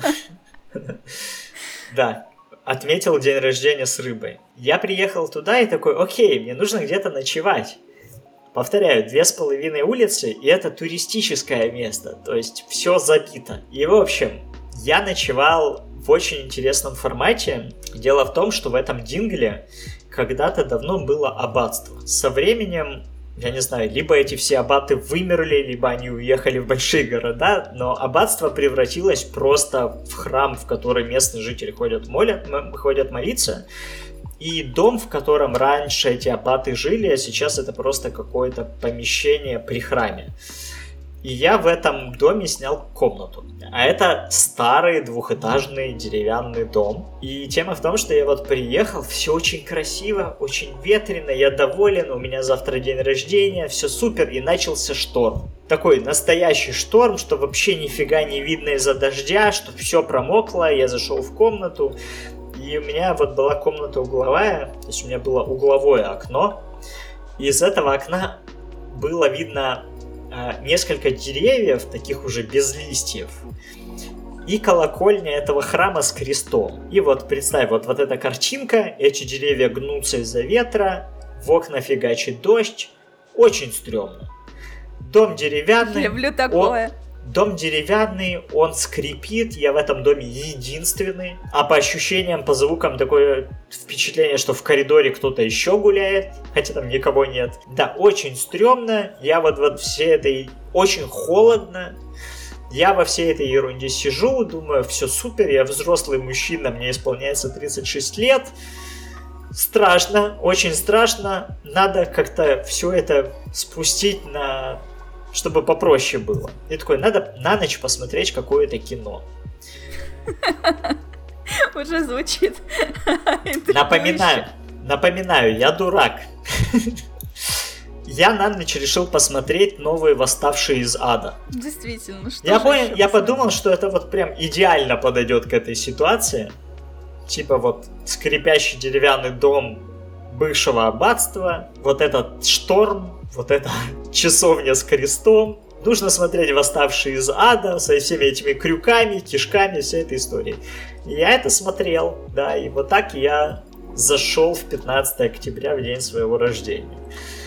Да, отметил день рождения с рыбой. Я приехал туда и такой, окей, мне нужно где-то ночевать. Повторяю, две с половиной улицы, и это туристическое место, то есть все забито. И в общем, я ночевал в очень интересном формате. Дело в том, что в этом Дингле когда-то давно было аббатство. Со временем, я не знаю, либо эти все аббаты вымерли, либо они уехали в большие города, но аббатство превратилось просто в храм, в который местные жители ходят, молят, ходят молиться. И дом, в котором раньше эти аббаты жили, а сейчас это просто какое-то помещение при храме. И я в этом доме снял комнату. А это старый двухэтажный деревянный дом. И тема в том, что я вот приехал, все очень красиво, очень ветрено, я доволен, у меня завтра день рождения, все супер, и начался шторм. Такой настоящий шторм, что вообще нифига не видно из-за дождя, что все промокло, я зашел в комнату, и у меня вот была комната угловая, то есть у меня было угловое окно, и из этого окна было видно несколько деревьев, таких уже без листьев, и колокольня этого храма с крестом. И вот представь, вот, вот эта картинка, эти деревья гнутся из-за ветра, в окна фигачит дождь, очень стрёмно. Дом деревянный. Люблю такое. Он, дом деревянный, он скрипит, я в этом доме единственный, а по ощущениям, по звукам такое впечатление, что в коридоре кто-то еще гуляет, хотя там никого нет. Да, очень стрёмно, я вот, вот все этой... Очень холодно, я во всей этой ерунде сижу, думаю, все супер, я взрослый мужчина, мне исполняется тридцать шесть лет, страшно, очень страшно, надо как-то все это спустить на... чтобы попроще было. И такой, надо на ночь посмотреть какое-то кино. Уже звучит. Напоминаю, Напоминаю, я дурак. Я на ночь решил посмотреть новые «Восставшие из ада». Действительно, ну что Я же понял, еще я посмотреть? подумал, что это вот прям идеально подойдет к этой ситуации. Типа вот скрипящий деревянный дом бывшего аббатства, вот этот шторм, вот эта часовня с крестом. Нужно смотреть «Восставшие из ада» со всеми этими крюками, кишками, всей этой историей. И я это смотрел, да, и вот так я зашел в пятнадцатое октября, в день своего рождения.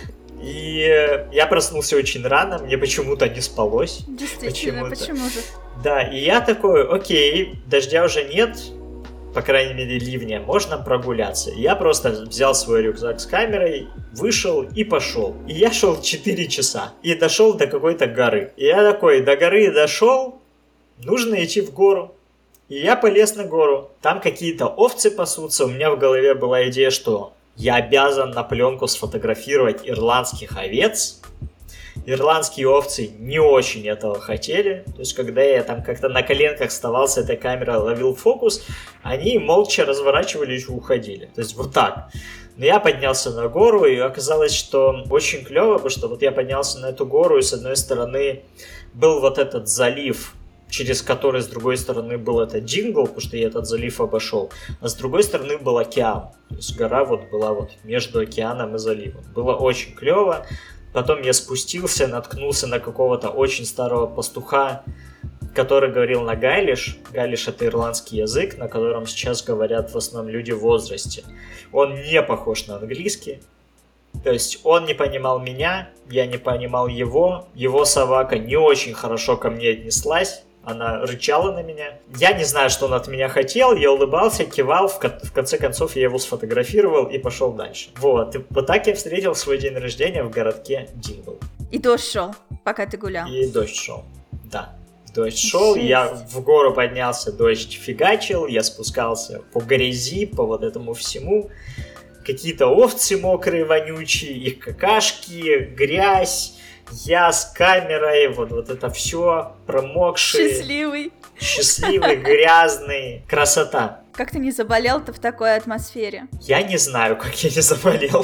И я проснулся очень рано, мне почему-то не спалось. Действительно, почему-то. почему же? Да, и я такой, окей, дождя уже нет, по крайней мере ливня, можно прогуляться. И я просто взял свой рюкзак с камерой, вышел и пошел. И я шел четыре часа и дошел до какой-то горы. И я такой, до горы дошел, нужно идти в гору. И я полез на гору. Там какие-то овцы пасутся. У меня в голове была идея, что я обязан на пленку сфотографировать ирландских овец. Ирландские овцы не очень этого хотели. То есть, когда я там как-то на коленках вставал с этой камерой, ловил фокус, они молча разворачивались и уходили. То есть, вот так. Но я поднялся на гору, и оказалось, что очень клево, потому что вот я поднялся на эту гору, и с одной стороны был вот этот залив, через который с другой стороны был этот джингл, потому что я этот залив обошел, а с другой стороны был океан. То есть гора вот была вот между океаном и заливом. Было очень клево. Потом я спустился, наткнулся на какого-то очень старого пастуха, который говорил на гайлиш. Гайлиш — это ирландский язык, на котором сейчас говорят в основном люди в возрасте. Он не похож на английский. То есть он не понимал меня, я не понимал его. Его собака не очень хорошо ко мне отнеслась. Она рычала на меня. Я не знаю, что он от меня хотел. Я улыбался, кивал. В, ко- в конце концов, я его сфотографировал и пошел дальше. Вот. И вот так я встретил свой день рождения в городке Дингл. И дождь шел, пока ты гулял. И дождь шел. Да. Дождь шел. Жесть. Я в гору поднялся, дождь фигачил. Я спускался по грязи, по вот этому всему. Какие-то овцы мокрые, вонючие, их какашки, грязь. Я с камерой, вот, вот это все, промокший, Счастливый. счастливый, грязный. Красота. Как ты не заболел-то в такой атмосфере? Я не знаю, как я не заболел.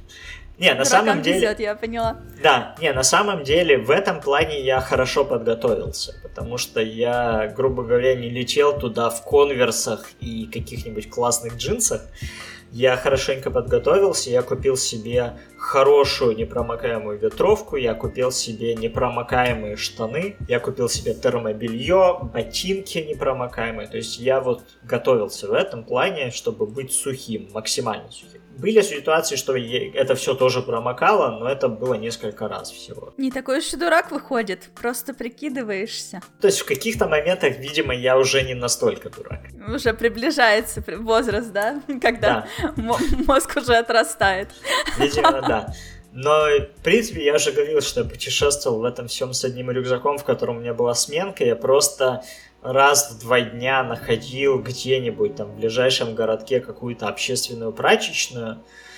Не, на самом Дуракам деле... везет, я поняла. Да, не, на самом деле в этом плане я хорошо подготовился, потому что я, грубо говоря, не летел туда в конверсах и каких-нибудь классных джинсах. Я хорошенько подготовился, я купил себе хорошую непромокаемую ветровку, я купил себе непромокаемые штаны, я купил себе термобелье, ботинки непромокаемые. То есть я вот готовился в этом плане, чтобы быть сухим, максимально сухим. Были ситуации, что это все тоже промокало, но это было несколько раз всего. Не такой уж и дурак выходит, просто прикидываешься. То есть в каких-то моментах, видимо, я уже не настолько дурак. Уже приближается возраст, да? Когда Да. м- мозг уже отрастает. Видимо, да. Но, в принципе, я уже говорил, что я путешествовал в этом всем с одним рюкзаком, в котором у меня была сменка. Я просто раз в два дня находил где-нибудь там в ближайшем городке какую-то общественную прачечную.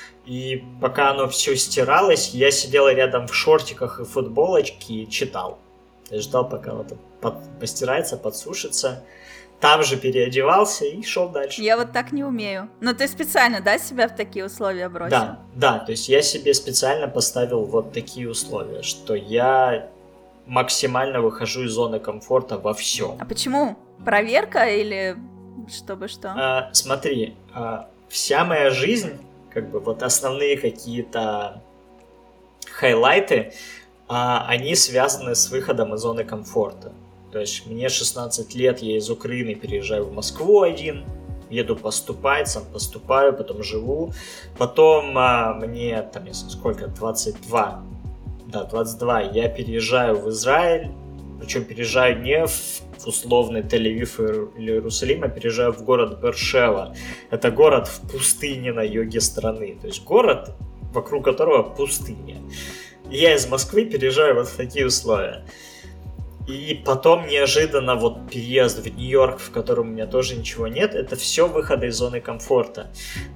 И пока оно все стиралось, я сидел рядом в шортиках и футболочке и читал. Я ждал, пока оно под... постирается, подсушится. Там же переодевался и шел дальше. Я вот так не умею. Но ты специально, да, себя в такие условия бросил? Да, да, то есть я себе специально поставил вот такие условия, что я максимально выхожу из зоны комфорта во всем. А почему? Проверка или чтобы что? А, смотри, а, вся моя жизнь, как бы вот основные какие-то хайлайты, а, они связаны с выходом из зоны комфорта. То есть мне шестнадцать лет, я из Украины переезжаю в Москву один, еду поступать, сам поступаю, потом живу. Потом а, мне, там, сколько, двадцать два, да, двадцать два, я переезжаю в Израиль, причем переезжаю не в условный Тель-Авив или Иерусалим, а переезжаю в город Бершева. Это город в пустыне на юге страны, то есть город, вокруг которого пустыня. И я из Москвы переезжаю вот в такие условия. И потом неожиданно вот переезд в Нью-Йорк, в котором у меня тоже ничего нет, это все выходы из зоны комфорта.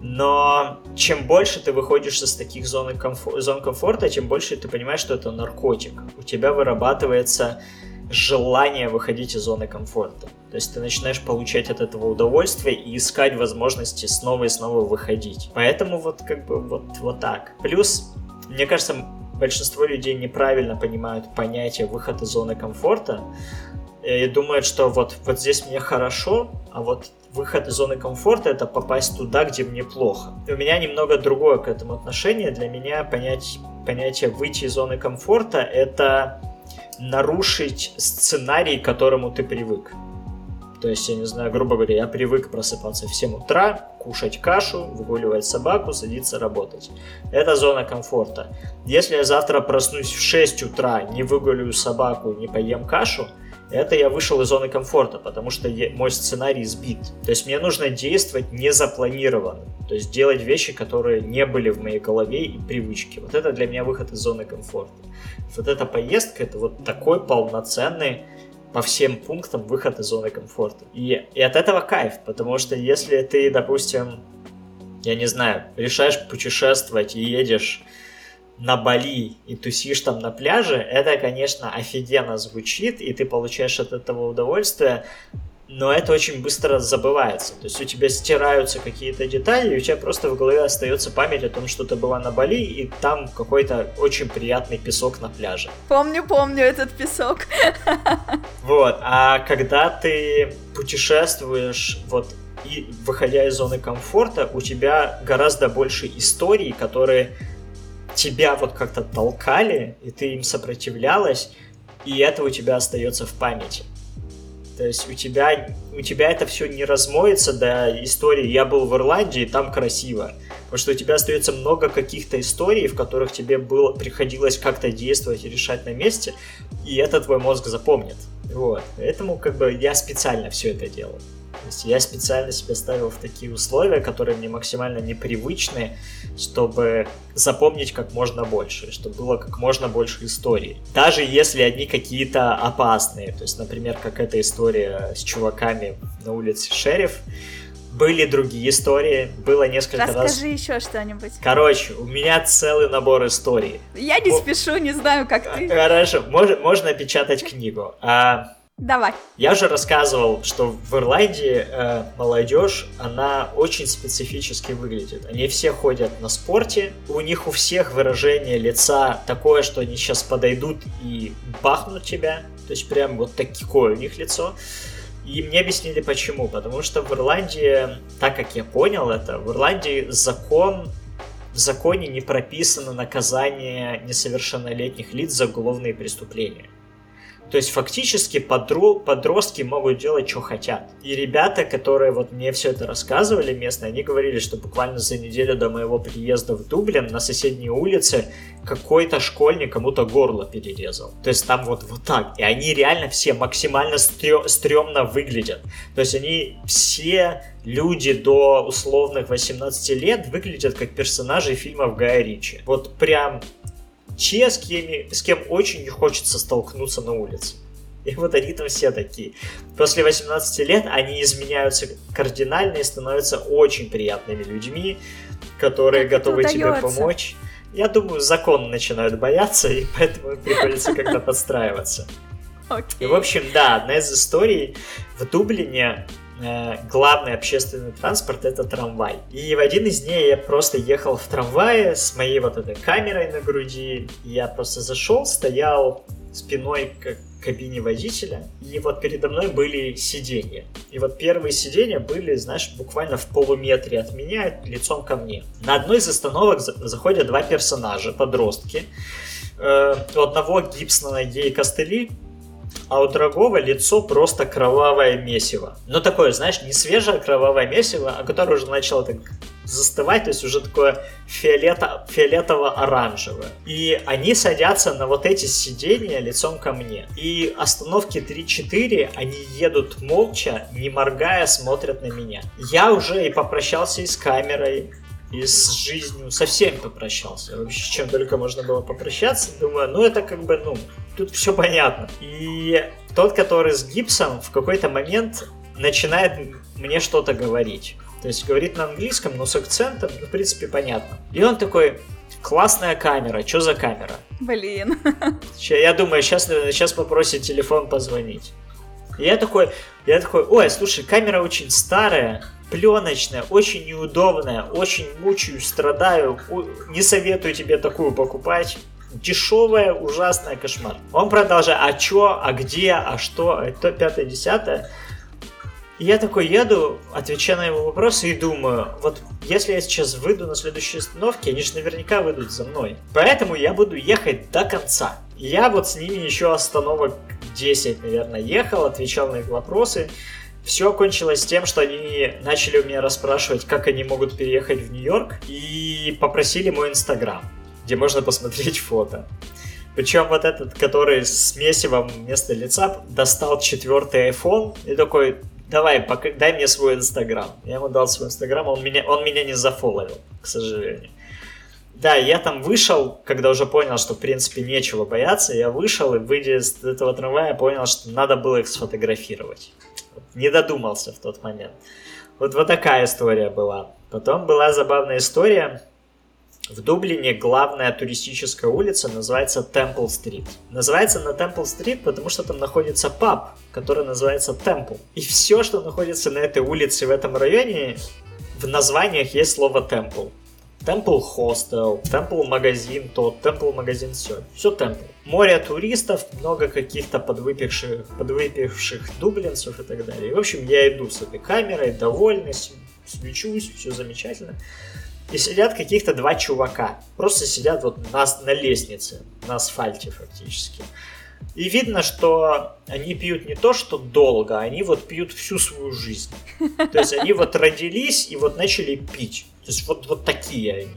Но чем больше ты выходишь из таких зон, комфор- зон комфорта, тем больше ты понимаешь, что это наркотик. У тебя вырабатывается желание выходить из зоны комфорта. То есть ты начинаешь получать от этого удовольствие и искать возможности снова и снова выходить. Поэтому вот как бы вот, вот так. Плюс, мне кажется, большинство людей неправильно понимают понятие выход из зоны комфорта и думают, что вот, вот здесь мне хорошо, а вот выход из зоны комфорта — это попасть туда, где мне плохо. И у меня немного другое к этому отношение. Для меня понять, понятие выйти из зоны комфорта — это нарушить сценарий, к которому ты привык. То есть, я не знаю, грубо говоря, я привык просыпаться в семь утра, кушать кашу, выгуливать собаку, садиться работать. Это зона комфорта. Если я завтра проснусь в шесть утра, не выгуляю собаку, не поем кашу, это я вышел из зоны комфорта, потому что я, мой сценарий сбит. То есть мне нужно действовать незапланированно. То есть делать вещи, которые не были в моей голове и привычке. Вот это для меня выход из зоны комфорта. Вот эта поездка — это вот такой полноценный по всем пунктам выход из зоны комфорта. И, и от этого кайф, потому что если ты, допустим, я не знаю, решаешь путешествовать и едешь на Бали и тусишь там на пляже, это, конечно, офигенно звучит, и ты получаешь от этого удовольствие, но это очень быстро забывается. То есть у тебя стираются какие-то детали, и у тебя просто в голове остается память о том, что ты была на Бали, и там какой-то очень приятный песок на пляже. Помню, помню этот песок. Вот, а когда ты путешествуешь, вот, и выходя из зоны комфорта, у тебя гораздо больше историй, которые тебя вот как-то толкали, и ты им сопротивлялась, и это у тебя остается в памяти. То есть у тебя, у тебя это все не размоется до истории «я был в Ирландии, там красиво». Потому что у тебя остается много каких-то историй, в которых тебе было, приходилось как-то действовать и решать на месте, и это твой мозг запомнит. Вот. Поэтому как бы я специально все это делал. То есть я специально себя ставил в такие условия, которые мне максимально непривычны, чтобы запомнить как можно больше, чтобы было как можно больше историй. Даже если они какие-то опасные, то есть, например, как эта история с чуваками на улице Шериф, были другие истории, было несколько Расскажи раз... Расскажи еще что-нибудь. Короче, у меня целый набор историй. Я не О... спешу, не знаю, как ты. Хорошо, можно, можно печатать книгу. А... Давай. Я уже рассказывал, что в Ирландии э, молодежь, она очень специфически выглядит. Они все ходят на спорте, у них у всех выражение лица такое, что они сейчас подойдут и бахнут тебя. То есть прям вот такое у них лицо. И мне объяснили почему. Потому что в Ирландии, так как я понял это, в Ирландии закон... В законе не прописано наказание несовершеннолетних лиц за уголовные преступления. То есть фактически подро- подростки могут делать, что хотят. И ребята, которые вот мне все это рассказывали местные, они говорили, что буквально за неделю до моего приезда в Дублин на соседней улице какой-то школьник кому-то горло перерезал. То есть там вот, вот так. И они реально все максимально стрё- стрёмно выглядят. То есть они все люди до условных восемнадцати лет выглядят как персонажи фильмов Гая Ричи. Вот прям... Те, с кем, с кем очень не хочется столкнуться на улице. И вот они там все такие. После восемнадцати лет они изменяются кардинально и становятся очень приятными людьми, которые как готовы тебе помочь. Я думаю, закон начинают бояться, и поэтому приходится как-то подстраиваться. Okay. И, в общем, да, одна из историй в Дублине. Главный общественный транспорт — это трамвай. И в один из дней я просто ехал в трамвае с моей вот этой камерой на груди. Я просто зашел, стоял спиной к кабине водителя, и вот передо мной были сиденья. И вот первые сиденья были, знаешь, буквально в полуметре от меня, лицом ко мне. На одной из остановок заходят два персонажа, подростки. У одного гипс на ноге и костыли, а у другого лицо просто кровавое месиво. Ну, такое, знаешь, не свежее кровавое месиво, а которое уже начало так застывать, то есть уже такое фиолето- фиолетово-оранжевое. И они садятся на вот эти сиденья лицом ко мне. И остановки три-четыре, они едут молча, не моргая, смотрят на меня. Я уже и попрощался и с камерой, и с жизнью, со всеми попрощался. Вообще, с чем только можно было попрощаться. Думаю, ну это как бы, ну, тут все понятно. И тот, который с гипсом, в какой-то момент начинает мне что-то говорить. То есть говорит на английском, но с акцентом, ну, в принципе, понятно. И он такой, классная камера, что за камера? Блин. Я думаю, сейчас, сейчас попросит телефон позвонить. И я такой, я такой, ой, слушай, камера очень старая, пленочная, очень неудобная, очень мучаюсь, страдаю, не советую тебе такую покупать. Дешевая, ужасная, кошмар. Он продолжает, а чё, а где, а что, а то, пятое, десятое. И я такой еду, отвечаю на его вопросы и думаю, вот если я сейчас выйду на следующей остановке, они же наверняка выйдут за мной. Поэтому я буду ехать до конца. И я вот с ними еще остановок десять, наверное, ехал, отвечал на их вопросы. Все кончилось тем, что они начали у меня расспрашивать, как они могут переехать в Нью-Йорк, и попросили мой Инстаграм, где можно посмотреть фото. Причем вот этот, который с месивом вместо лица, достал четвертый айфон и такой, давай, пока, дай мне свой Инстаграм. Я ему дал свой Инстаграм, он меня, он меня не зафоловил, к сожалению. Да, я там вышел, когда уже понял, что в принципе нечего бояться, я вышел и, выйдя из этого трамвая, понял, что надо было их сфотографировать. Не додумался в тот момент. Вот, вот такая история была. Потом была забавная история. В Дублине главная туристическая улица называется Темпл-стрит. Называется она Темпл-стрит, потому что там находится паб, который называется Темпл. И все, что находится на этой улице, в этом районе, в названиях есть слово Темпл. Темпл Хостел, Темпл Магазин тот, Темпл Магазин все. Все Темпл. Море туристов, много каких-то подвыпивших, подвыпивших дублинцев и так далее. И, в общем, я иду с этой камерой, довольный, свечусь, все замечательно. И сидят каких-то два чувака. Просто сидят вот на, на лестнице, на асфальте фактически. И видно, что они пьют не то, что долго, они вот пьют всю свою жизнь. То есть они вот родились и вот начали пить. То есть вот, вот такие они.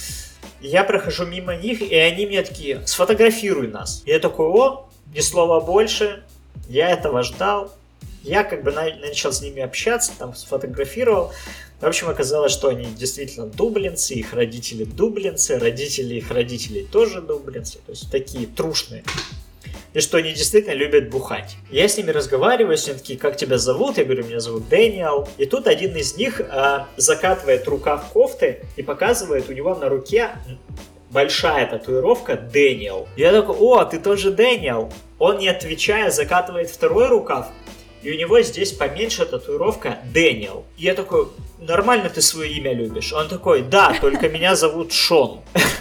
И я прохожу мимо них, и они мне такие, сфотографируй нас. И я такой, о, ни слова больше, я этого ждал. Я как бы на- начал с ними общаться, там сфотографировал. В общем, оказалось, что они действительно дублинцы, их родители дублинцы, родители их родителей тоже дублинцы. То есть такие трушные. И что они действительно любят бухать. Я с ними разговариваю, они такие, как тебя зовут? Я говорю, меня зовут Дэниел. И тут один из них э, закатывает рукав кофты и показывает у него на руке большая татуировка Дэниел. Я такой, о, ты тоже Дэниел. Он, не отвечая, закатывает второй рукав. И у него здесь поменьше татуировка Дэниел. И я такой, нормально ты свое имя любишь? Он такой, да, только меня зовут Шон.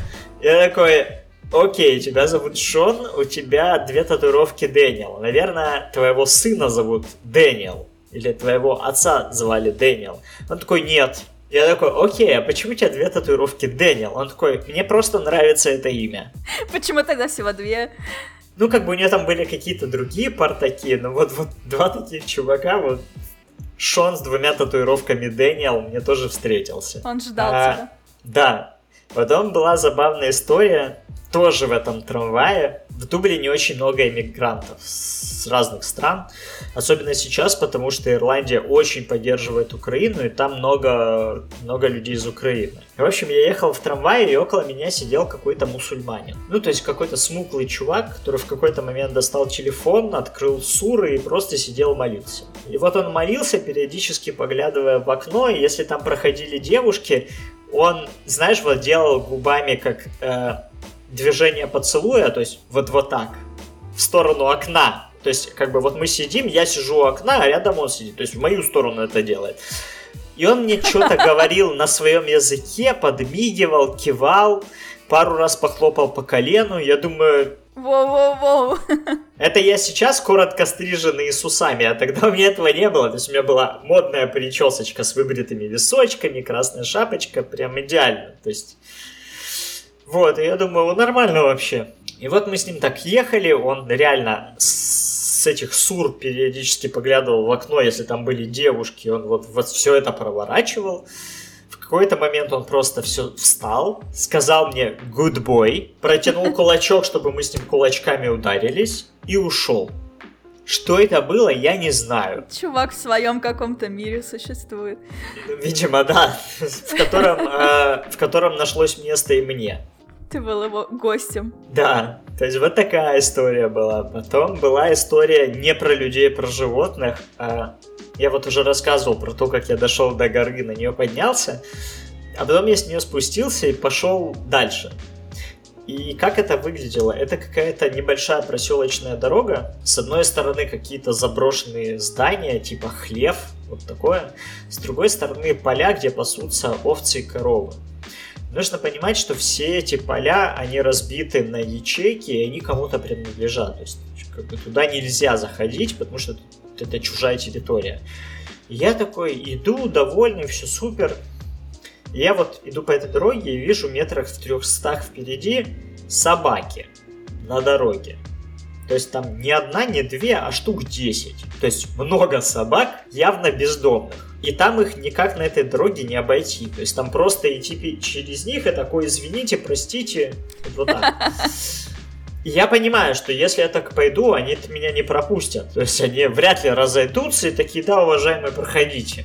Я такой... Окей, тебя зовут Шон, у тебя две татуировки Дэниел. Наверное, твоего сына зовут Дэниел. Или твоего отца звали Дэниел. Он такой, нет. Я такой, окей, а почему у тебя две татуировки Дэниел? Он такой, мне просто нравится это имя. Почему тогда всего две? Ну, как бы у него там были какие-то другие партаки, но вот, вот два таких чувака, вот Шон с двумя татуировками Дэниел мне тоже встретился. Он ждал а, тебя. Да. Потом была забавная история. Тоже в этом трамвае. В Дублине очень много иммигрантов с разных стран. Особенно сейчас, потому что Ирландия очень поддерживает Украину, и там много, много людей из Украины. В общем, я ехал в трамвае, и около меня сидел какой-то мусульманин. Ну, то есть какой-то смуглый чувак, который в какой-то момент достал телефон, открыл суры и просто сидел молился. И вот он молился, периодически поглядывая в окно, и если там проходили девушки, он, знаешь, вот делал губами как... Э, движение поцелуя, то есть вот, вот так, в сторону окна. То есть, как бы, вот мы сидим, я сижу у окна, а рядом он сидит. То есть, в мою сторону это делает. И он мне что-то говорил на своем языке, подмигивал, кивал, пару раз похлопал по колену. Я думаю... Воу-воу-воу. Это я сейчас коротко стриженный и с усами, а тогда у меня этого не было. То есть, у меня была модная причесочка с выбритыми височками, красная шапочка, прям идеально. То есть... Вот, и я думаю, нормально вообще. И вот мы с ним так ехали, он реально с этих сур периодически поглядывал в окно, если там были девушки, он вот, вот все это проворачивал. В какой-то момент он просто все встал, сказал мне good boy, протянул кулачок, чтобы мы с ним кулачками ударились, и ушел. Что это было, я не знаю. Чувак в своем каком-то мире существует. Видимо, да, в котором, э, в котором нашлось место и мне. Ты был его гостем. Да, то есть вот такая история была. Потом была история не про людей, про животных. А я вот уже рассказывал про то, как я дошел до горы, на нее поднялся. А потом я с нее спустился и пошел дальше. И как это выглядело? Это какая-то небольшая проселочная дорога. С одной стороны какие-то заброшенные здания, типа хлев, вот такое. С другой стороны поля, где пасутся овцы и коровы. Нужно понимать, что все эти поля, они разбиты на ячейки, и они кому-то принадлежат. То есть как бы туда нельзя заходить, потому что это чужая территория. И я такой иду, довольный, все супер. И я вот иду по этой дороге и вижу метрах в трехстах впереди собаки на дороге. То есть там не одна, не две, а штук десять. То есть много собак, явно бездомных. И там их никак на этой дороге не обойти. То есть там просто идти через них и такой, извините, простите, вот так. И я понимаю, что если я так пойду, они меня не пропустят. То есть они вряд ли разойдутся и такие, да, уважаемые, проходите.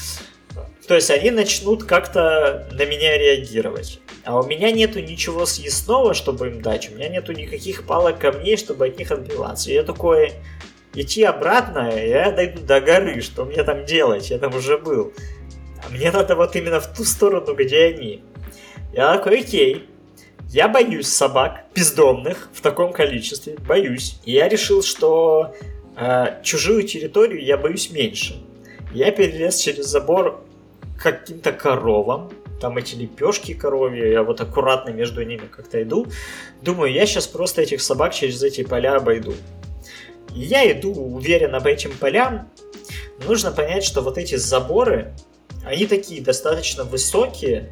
То есть они начнут как-то на меня реагировать. А у меня нету ничего съестного, чтобы им дать. У меня нету никаких палок камней, чтобы от них отбиваться. И я такой, идти обратно, я дойду до горы. Что мне там делать? Я там уже был. А мне надо вот именно в ту сторону, где они. Я такой, окей. Я боюсь собак бездомных в таком количестве. Боюсь. И я решил, что э, чужую территорию я боюсь меньше. Я перелез через забор к каким-то коровам. Там эти лепешки коровьи, я вот аккуратно между ними как-то иду. Думаю, я сейчас просто этих собак через эти поля обойду. И я иду уверенно по этим полям. Нужно понять, что вот эти заборы, они такие достаточно высокие,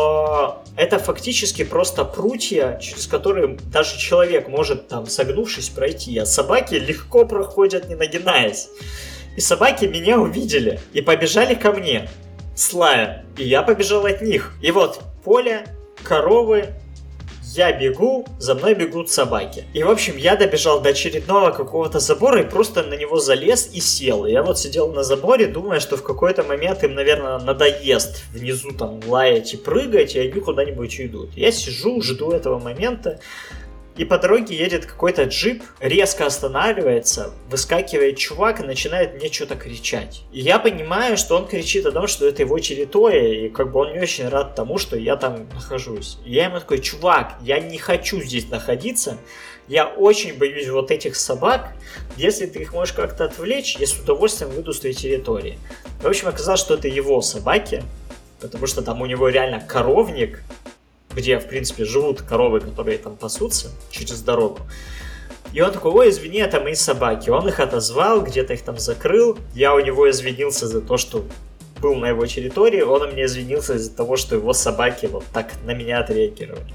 но это фактически просто прутья, через которые даже человек может там, согнувшись, пройти. А собаки легко проходят, не нагинаясь. И собаки меня увидели и побежали ко мне с лаем. И я побежал от них. И вот поле, коровы, я бегу, за мной бегут собаки. И, в общем, я добежал до очередного какого-то забора и просто на него залез и сел. И я вот сидел на заборе, думая, что в какой-то момент им, наверное, надоест внизу там лаять и прыгать, и они куда-нибудь уйдут. Я сижу, жду этого момента. И по дороге едет какой-то джип, резко останавливается, выскакивает чувак и начинает мне что-то кричать. И я понимаю, что он кричит о том, что это его территория, и как бы он не очень рад тому, что я там нахожусь. И я ему такой, чувак, я не хочу здесь находиться, я очень боюсь вот этих собак, если ты их можешь как-то отвлечь, я с удовольствием выйду с твоей территории. В общем, оказалось, что это его собаки, потому что там у него реально коровник, где, в принципе, живут коровы, которые там пасутся через дорогу. И он такой, ой, извини, это мои собаки. Он их отозвал, где-то их там закрыл. Я у него извинился за то, что был на его территории. Он мне извинился из-за того, что его собаки вот так на меня отреагировали.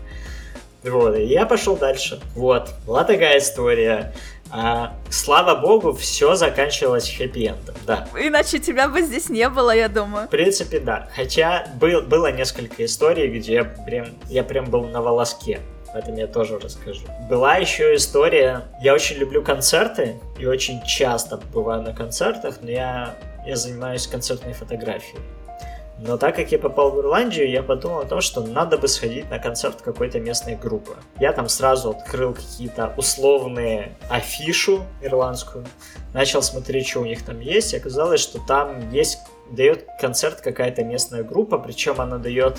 Вот, и я пошел дальше. Вот, была такая история. А, слава богу, все заканчивалось хэппи-эндом, да. Иначе тебя бы здесь не было, я думаю. В принципе, да. Хотя был, было несколько историй, где я прям, я прям был на волоске. Об этом я тоже расскажу. Была еще история. Я очень люблю концерты и очень часто бываю на концертах, но я, я занимаюсь концертной фотографией. Но так как я попал в Ирландию, я подумал о том, что надо бы сходить на концерт какой-то местной группы. Я там сразу открыл какие-то условные афишу ирландскую, начал смотреть, что у них там есть, и оказалось, что там есть, дает концерт какая-то местная группа, причем она дает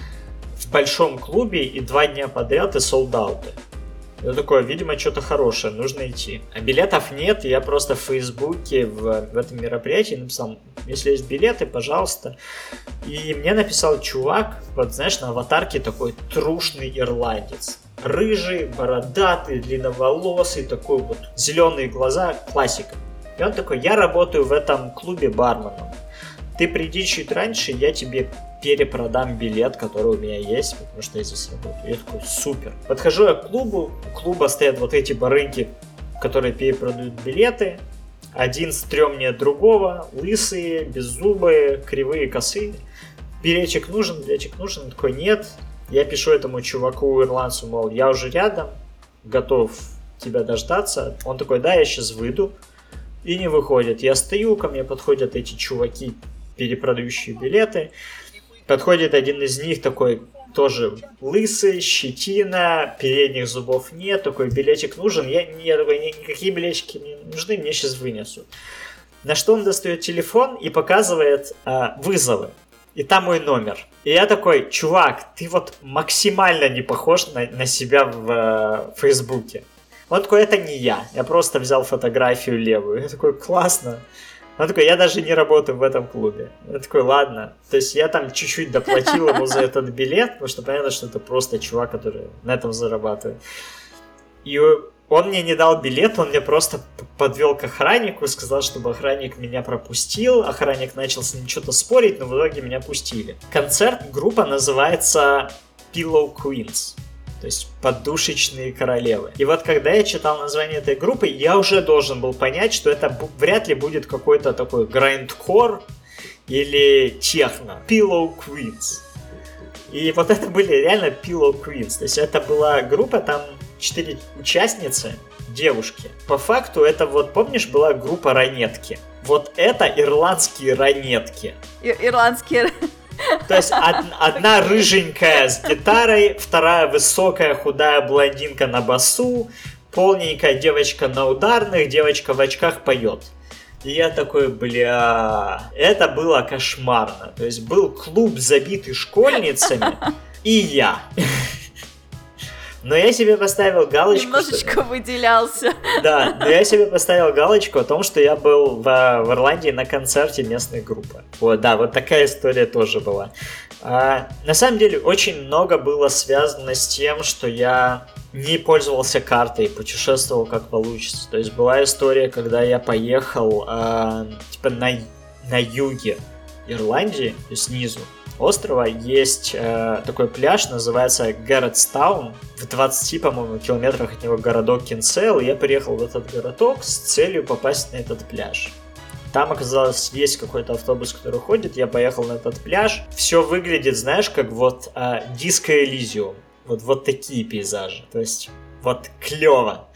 в большом клубе и два дня подряд и солд-ауты. Я такой, видимо, что-то хорошее, нужно идти. А билетов нет, я просто в Фейсбуке в, в этом мероприятии написал, если есть билеты, пожалуйста. И мне написал чувак, вот знаешь, на аватарке такой трушный ирландец. Рыжий, бородатый, длинноволосый, такой вот зеленые глаза, классика. И он такой, я работаю в этом клубе барменом. Ты приди чуть раньше, я тебе перепродам билет, который у меня есть, потому что я здесь работаю. Я такой, супер. Подхожу я к клубу, у клуба стоят вот эти барыги, которые перепродают билеты. Один стрёмнее другого, лысые, беззубые, кривые, косые. Билетик нужен, билетик нужен. Он такой, нет. Я пишу этому чуваку, ирландцу, мол, я уже рядом, готов тебя дождаться. Он такой, да, я сейчас выйду. И не выходит. Я стою, ко мне подходят эти чуваки, перепродающие билеты. Подходит один из них, такой тоже лысый, щетина, передних зубов нет, такой, билетик нужен. Я, я такой, никакие билетики не нужны, мне сейчас вынесут. На что он достает телефон и показывает а, вызовы. и там мой номер. И я такой, чувак, ты вот максимально не похож на, на себя в э, Фейсбуке. Он такой, это не я, я просто взял фотографию левую. Я такой, классно. Он такой, я даже не работаю в этом клубе. Я такой, ладно. То есть я там чуть-чуть доплатил ему за этот билет, потому что понятно, что это просто чувак, который на этом зарабатывает. И он мне не дал билет, он мне просто подвел к охраннику, сказал, чтобы охранник меня пропустил. Охранник начал с ним что-то спорить, но в итоге меня пустили. Концерт, группа называется Pillow Queens. То есть подушечные королевы. И вот когда я читал название этой группы, я уже должен был понять, что это б- вряд ли будет какой-то такой грайндкор или техно. Pillow Queens. И вот это были реально Pillow Queens. То есть это была группа, там четыре участницы, девушки. По факту это вот, помнишь, была группа ранетки. Вот это ирландские ранетки. И- ирландские. То есть од- одна рыженькая с гитарой, вторая высокая худая блондинка на басу, полненькая девочка на ударных, девочка в очках поет. И я такой, бля, это было кошмарно. То есть был клуб, забитый школьницами, и я. Но я себе поставил галочку... Немножечко что... выделялся. Да, но я себе поставил галочку о том, что я был в, в Ирландии на концерте местной группы. Вот, да, вот такая история тоже была. А, на самом деле, очень много было связано с тем, что я не пользовался картой, путешествовал как получится. То есть была история, когда я поехал а, типа на, на юге Ирландии, то есть снизу острова, есть э, такой пляж, называется Гарретстаун. В двадцати, по-моему, километрах от него городок Кинсейл. Я приехал в этот городок с целью попасть на этот пляж. Там оказалось, есть какой-то автобус, который ходит. Я поехал на этот пляж. Все выглядит, знаешь, как вот э, Disco Elysium. Вот, вот такие пейзажи. То есть, вот клево.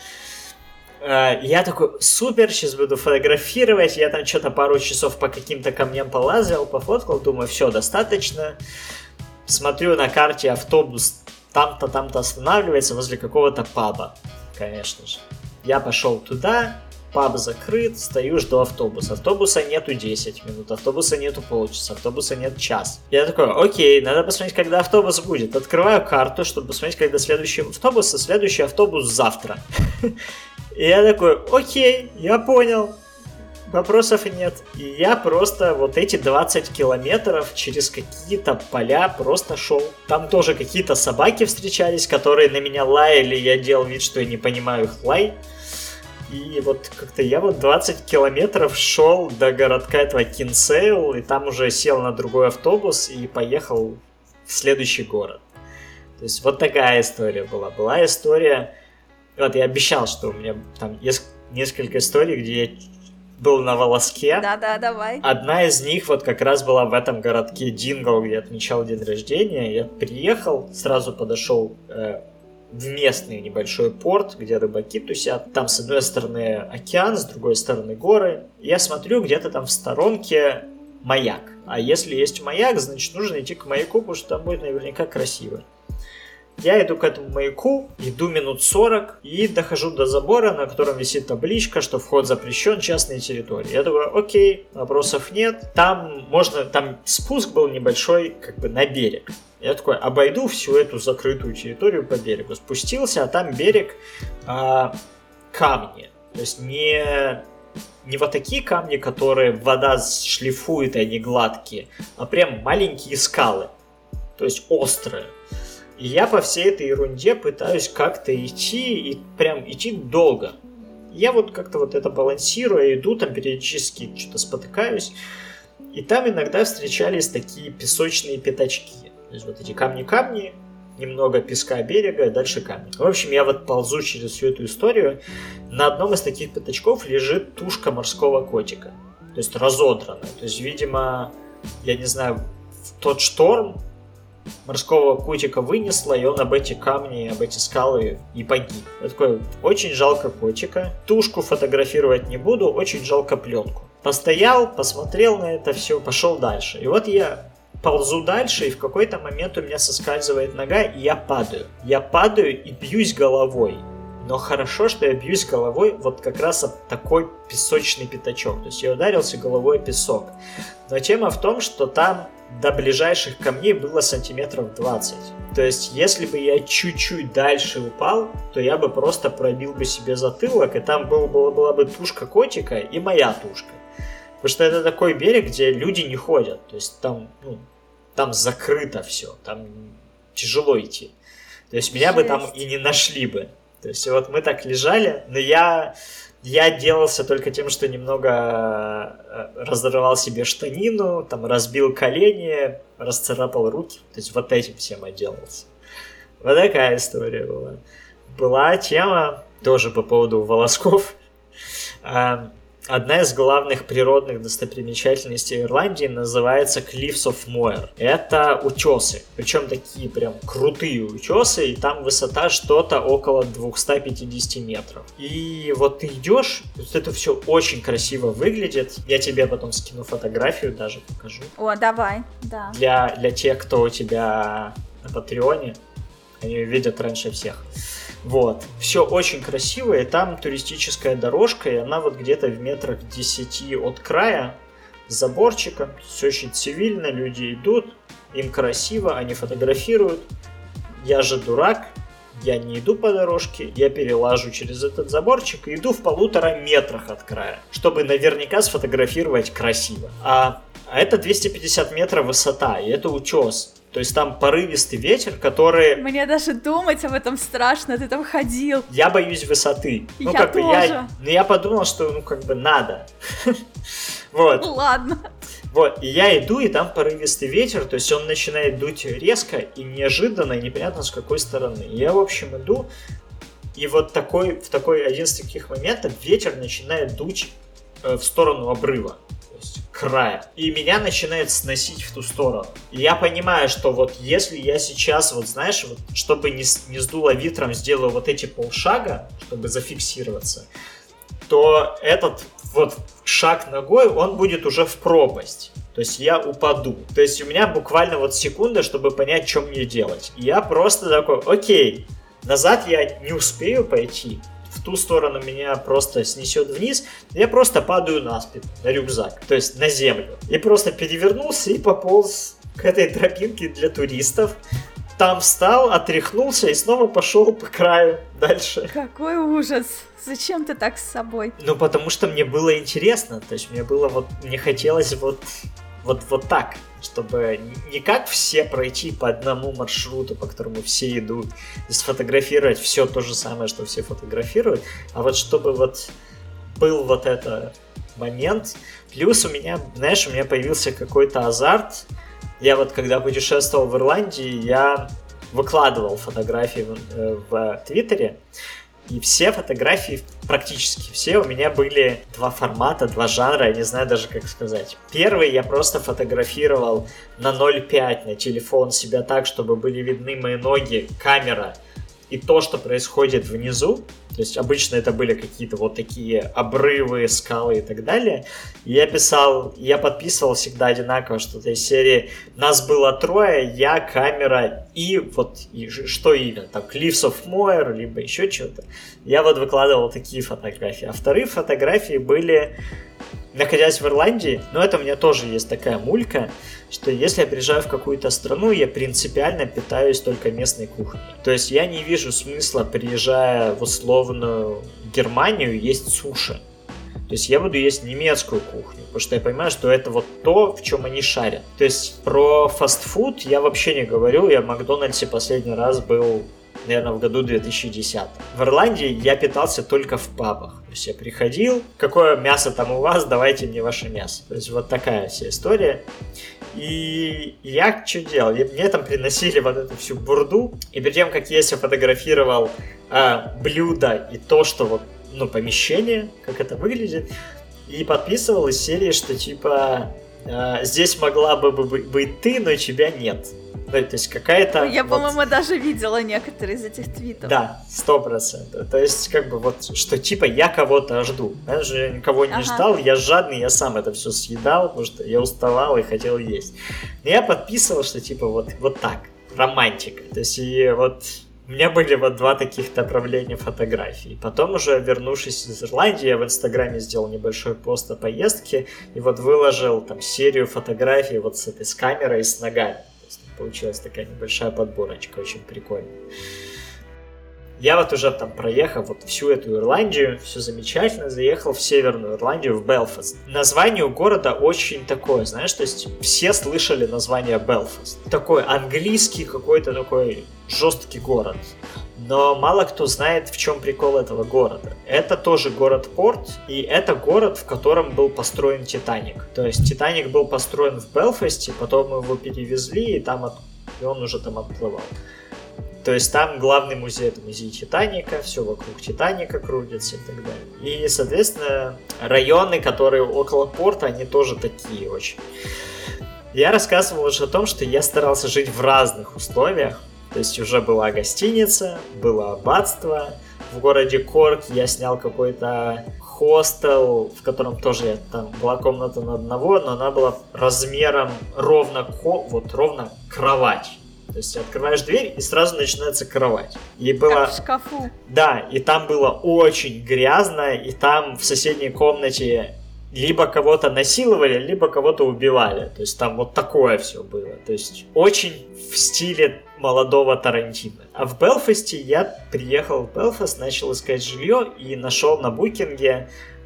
Я такой, супер, сейчас буду фотографировать. Я там что-то пару часов по каким-то камням полазил, пофоткал. Думаю, все, достаточно. Смотрю на карте, автобус там-то, там-то останавливается возле какого-то паба. Конечно же. Я пошел туда, паб закрыт, стою, жду автобуса. Автобуса нету десять минут, автобуса нету полчаса, автобуса нет час. Я такой, окей, надо посмотреть, когда автобус будет. Открываю карту, чтобы посмотреть, когда следующий автобус, а следующий автобус завтра. И я такой, окей, я понял, вопросов нет. И я просто вот эти двадцать километров через какие-то поля просто шел. Там тоже какие-то собаки встречались, которые на меня лаяли, я делал вид, что я не понимаю их лай. И вот как-то я вот двадцать километров шел до городка этого Кинсейл, и там уже сел на другой автобус и поехал в следующий город. То есть вот такая история была. Была история... Вот я обещал, что у меня там есть несколько историй, где я был на волоске. Да-да, давай. Одна из них вот как раз была в этом городке Дингл, где я отмечал день рождения. Я приехал, сразу подошел э, в местный небольшой порт, где рыбаки тусят. Там с одной стороны океан, с другой стороны горы. Я смотрю, где-то там в сторонке маяк. А если есть маяк, значит нужно идти к маяку, потому что там будет наверняка красиво. Я иду к этому маяку, иду минут сорок и дохожу до забора, на котором висит табличка, что вход запрещен, частные территории. Я думаю, окей, вопросов нет. Там можно, там спуск был небольшой, как бы на берег. Я такой, обойду всю эту закрытую территорию по берегу. Спустился, а там берег а, камни. То есть не, не вот такие камни, которые вода шлифует, и они гладкие, а прям маленькие скалы. То есть острые. И я по всей этой ерунде пытаюсь как-то идти, и прям идти долго. Я вот как-то вот это балансирую, иду, там периодически что-то спотыкаюсь. И там иногда встречались такие песочные пятачки. То есть вот эти камни-камни, немного песка берега, дальше камни. В общем, я вот ползу через всю эту историю. На одном из таких пятачков лежит тушка морского котика. То есть разодранная. То есть, видимо, я не знаю, в тот шторм морского котика вынесло, и он об эти камни, об эти скалы и погиб. Я такой, очень жалко котика. Тушку фотографировать не буду, очень жалко пленку. Постоял, посмотрел на это все, пошел дальше. И вот я ползу дальше, и в какой-то момент у меня соскальзывает нога, и я падаю. Я падаю и бьюсь головой. Но хорошо, что я бьюсь головой вот как раз об такой песочный пятачок. То есть я ударился головой о песок. Но тема в том, что там до ближайших камней было сантиметров двадцать. То есть, если бы я чуть-чуть дальше упал, то я бы просто пробил бы себе затылок, и там был, была, была бы тушка котика и моя тушка. Потому что это такой берег, где люди не ходят. То есть, там, ну, там закрыто все, там тяжело идти. То есть, меня Жесть. бы там и не нашли бы. То есть, вот мы так лежали, но я... Я отделался только тем, что немного разорвал себе штанину, там разбил колени, расцарапал руки. То есть вот этим всем отделался. Вот такая история была. Была тема тоже по поводу волосков. Одна из главных природных достопримечательностей Ирландии называется Cliffs of Moher. Это утесы, причем такие прям крутые утесы, и там высота что-то около двести пятьдесят метров. И вот ты идешь, вот это все очень красиво выглядит. Я тебе потом скину фотографию, даже покажу. О, давай, да. Для, для тех, кто у тебя на Патреоне, они видят раньше всех. Вот. Все очень красиво, и там туристическая дорожка, и она вот где-то в метрах десяти от края, с заборчиком. Все очень цивильно, люди идут, им красиво, они фотографируют. Я же дурак, я не иду по дорожке, я перелажу через этот заборчик и иду в полутора метрах от края, чтобы наверняка сфотографировать красиво. А, а это двести пятьдесят метров высота, и это утес. То есть там порывистый ветер, который... Мне даже думать об этом страшно, ты там ходил. Я боюсь высоты. Ну, я как тоже. Бы я... Но я подумал, что, ну, как бы надо. Вот. Ну, ладно. Вот, и я иду, и там порывистый ветер, то есть он начинает дуть резко и неожиданно, и непонятно с какой стороны. И я, в общем, иду, и вот такой, в такой один из таких моментов ветер начинает дуть э, в сторону обрыва. Края. И меня начинает сносить в ту сторону. И я понимаю, что вот если я сейчас, вот знаешь, вот, чтобы не, не сдуло ветром, сделаю вот эти полшага, чтобы зафиксироваться, то этот вот шаг ногой, он будет уже в пропасть. То есть я упаду. То есть у меня буквально вот секунда, чтобы понять, что мне делать. И я просто такой, окей, назад я не успею пойти. В ту сторону меня просто снесет вниз, я просто падаю на спину, на рюкзак, то есть на землю. И просто перевернулся и пополз к этой тропинке для туристов. Там встал, отряхнулся и снова пошел по краю дальше. Какой ужас! Зачем ты так с собой? Ну, потому что мне было интересно, то есть мне было вот, мне хотелось вот, вот, вот так. Чтобы не как все пройти по одному маршруту, по которому все идут, и сфотографировать все то же самое, что все фотографируют, а вот чтобы вот был вот этот момент. Плюс у меня, знаешь, у меня появился какой-то азарт. Я вот когда путешествовал в Ирландии, я выкладывал фотографии в, в Твиттере, и все фотографии, практически все, у меня были два формата, два жанра, я не знаю даже как сказать. Первый я просто фотографировал на ноль пять на телефон себя так, чтобы были видны мои ноги, камера и то, что происходит внизу. То есть обычно это были какие-то вот такие обрывы, скалы и так далее. И я писал, я подписывал всегда одинаково, что-то из серии «Нас было трое, я, камера и вот и что именно, там Cliffs of Moher, либо еще что-то». Я вот выкладывал такие фотографии. А вторые фотографии были, находясь в Ирландии, но это у меня тоже есть такая мулька, что если я приезжаю в какую-то страну, я принципиально питаюсь только местной кухней. То есть я не вижу смысла, приезжая в условную Германию, есть суши. То есть я буду есть немецкую кухню, потому что я понимаю, что это вот то, в чем они шарят. То есть про фастфуд я вообще не говорю, я в Макдональдсе последний раз был, наверное, в году две тысячи десятом. В Ирландии я питался только в пабах. То есть я приходил, какое мясо там у вас, давайте мне ваше мясо. То есть вот такая вся история. И я что делал? Мне там приносили вот эту всю бурду, и перед тем, как есть, я фотографировал а, блюдо и то, что вот, ну, помещение, как это выглядит, и подписывал из серии, что типа а, здесь могла бы быть ты, но тебя нет. То есть какая-то... Я, вот... по-моему, даже видела некоторые из этих твитов. Да, сто процентов. То есть, как бы вот, что типа я кого-то жду. Я же никого не ага. ждал, я жадный, я сам это все съедал, потому что я уставал и хотел есть. Но я подписывал, что типа вот, вот так, романтика. То есть, и вот У меня были вот два таких направления фотографий. Потом уже, вернувшись из Ирландии, я в Инстаграме сделал небольшой пост о поездке и вот выложил там серию фотографий вот с этой с камерой и с ногами. То есть получилась такая небольшая подборочка, очень прикольная. Я вот уже там проехал вот всю эту Ирландию, все замечательно, заехал в Северную Ирландию, в Белфаст. Название у города очень такое, знаешь, то есть все слышали название Белфаст. Такой английский какой-то такой жесткий город. Но мало кто знает, в чем прикол этого города. Это тоже город-порт, и это город, в котором был построен Титаник. То есть Титаник был построен в Белфасте, потом его перевезли, и, там от... и он уже там отплывал. То есть там главный музей — это музей Титаника, все вокруг Титаника крутится и так далее. И, соответственно, районы, которые около порта, они тоже такие очень. Я рассказывал уже о том, что я старался жить в разных условиях. То есть уже была гостиница, было аббатство. В городе Корк я снял какой-то хостел, в котором тоже я, там была комната на одного, но она была размером ровно, вот, ровно кровать. То есть открываешь дверь, и сразу начинается кровать. И было... Как в шкафу. Да, и там было очень грязно, и там в соседней комнате либо кого-то насиловали, либо кого-то убивали. То есть там вот такое все было. То есть очень в стиле молодого Тарантино. А в Белфасте я приехал в Белфаст, начал искать жилье и нашел на букинге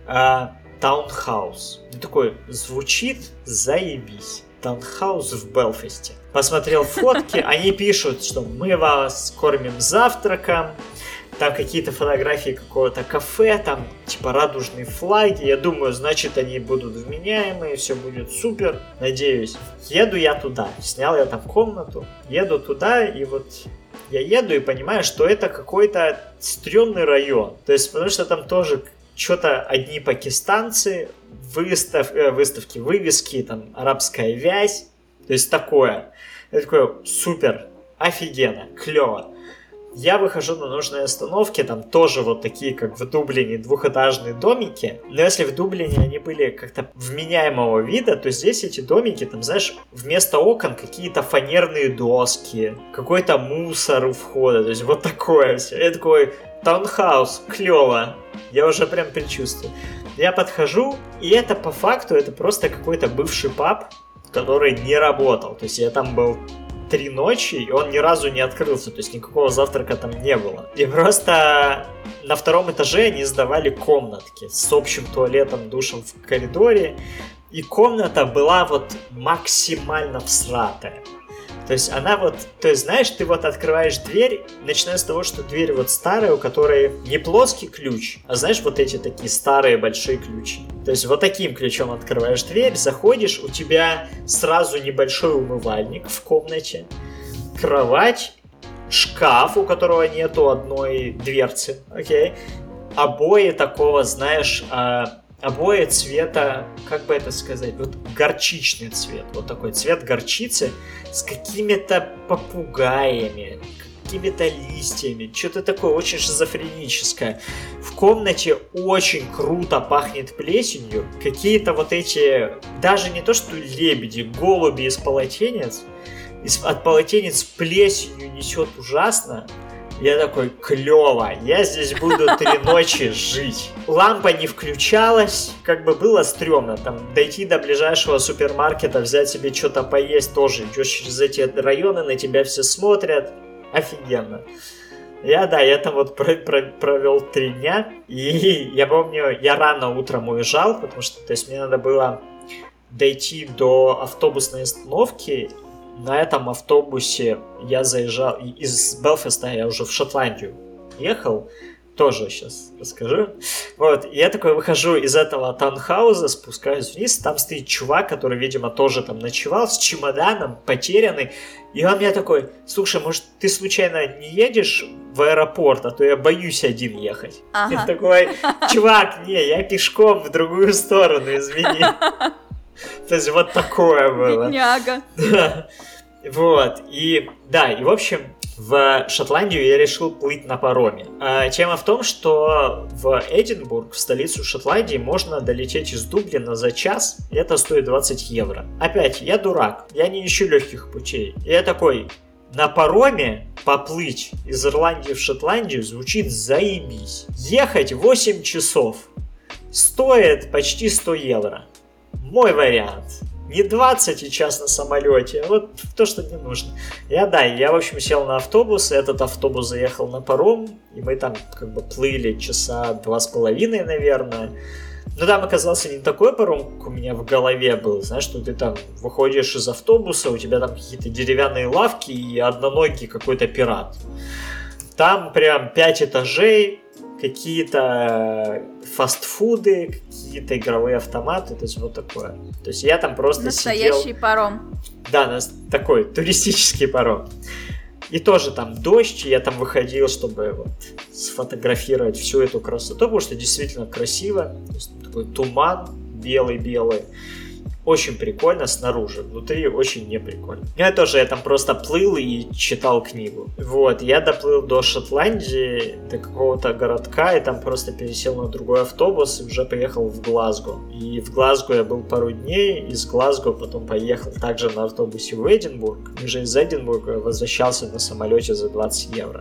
таунхаус. Uh, такой, звучит заебись. Таунхаус в Белфасте. Посмотрел фотки, они пишут, что мы вас кормим завтраком, там какие-то фотографии какого-то кафе, там типа радужные флаги. Я думаю, значит, они будут вменяемые, все будет супер, надеюсь. Еду я туда, снял я там комнату, еду туда, и вот я еду и понимаю, что это какой-то стрёмный район. То есть, потому что там тоже что-то одни пакистанцы, выстав, э, выставки, вывески, там арабская вязь, то есть такое. Я такой, супер, офигенно, клево. Я выхожу на нужной остановке, там тоже вот такие, как в Дублине, двухэтажные домики. Но если в Дублине они были как-то вменяемого вида, то здесь эти домики, там, знаешь, вместо окон какие-то фанерные доски, какой-то мусор у входа, то есть вот такое все. Я такой, таунхаус, клево. Я уже прям предчувствую. Я подхожу, и это по факту, это просто какой-то бывший паб, который не работал. То есть я там был три ночи, и он ни разу не открылся, то есть никакого завтрака там не было. И просто на втором этаже они сдавали комнатки с общим туалетом, душем в коридоре, и комната была вот максимально всратая. То есть она вот, то есть знаешь, ты вот открываешь дверь, начиная с того, что дверь вот старая, у которой не плоский ключ, а знаешь, вот эти такие старые большие ключи. То есть вот таким ключом открываешь дверь, заходишь, у тебя сразу небольшой умывальник в комнате, кровать, шкаф, у которого нету одной дверцы, окей, обои такого, знаешь, а... обои цвета, как бы это сказать, вот горчичный цвет, вот такой цвет горчицы с какими-то попугаями, какими-то листьями, что-то такое очень шизофреническое. В комнате очень круто пахнет плесенью, какие-то вот эти, даже не то что лебеди, голуби из полотенец, из, от полотенец плесенью несет ужасно. Я такой, клево, я здесь буду три ночи жить. Лампа не включалась, как бы было стрёмно. Там дойти до ближайшего супермаркета, взять себе что-то поесть тоже. Идешь через эти районы, на тебя все смотрят. Офигенно. Я, да, я там вот про- про- провел три дня. И я помню, я рано утром уезжал, потому что, то есть, мне надо было дойти до автобусной остановки. На этом автобусе я заезжал из Белфаста, я уже в Шотландию ехал, тоже сейчас расскажу. Вот, и я такой выхожу из этого таунхауза, спускаюсь вниз, там стоит чувак, который, видимо, тоже там ночевал, с чемоданом, потерянный, и он мне такой, слушай, может, ты случайно не едешь в аэропорт, а то я боюсь один ехать. Ага. Я такой, чувак, не, я пешком в другую сторону, извини. То есть вот такое было. Бедняга. Да. Вот. И да, и в общем, в Шотландию я решил плыть на пароме. А, тема в том, что в Эдинбург, в столицу Шотландии, можно долететь из Дублина за час, и это стоит двадцать евро. Опять, я дурак, я не ищу легких путей. И я такой, на пароме поплыть из Ирландии в Шотландию звучит заебись. Ехать восемь часов стоит почти сто евро. Мой вариант. Не двадцать и час на самолете, а вот то, что не нужно. Я, да, я, в общем, сел на автобус, этот автобус заехал на паром, и мы там как бы плыли часа два с половиной, наверное. Но там оказался не такой паром, как у меня в голове был, знаешь, что ты там выходишь из автобуса, у тебя там какие-то деревянные лавки и одноногий какой-то пират. Там прям пять этажей, какие-то фастфуды, какие-то игровые автоматы, то есть вот такое. То есть я там просто настоящий сидел... паром. Да, такой туристический паром. И тоже там дождь, и я там выходил, чтобы вот сфотографировать всю эту красоту, потому что действительно красиво. То есть такой туман белый-белый. Очень прикольно снаружи, внутри очень неприкольно. Я тоже, я там просто плыл и читал книгу. Вот, я доплыл до Шотландии, до какого-то городка, и там просто пересел на другой автобус и уже поехал в Глазго. И в Глазго я был пару дней, из Глазго потом поехал также на автобусе в Эдинбург. И уже из Эдинбурга возвращался на самолете за двадцать евро.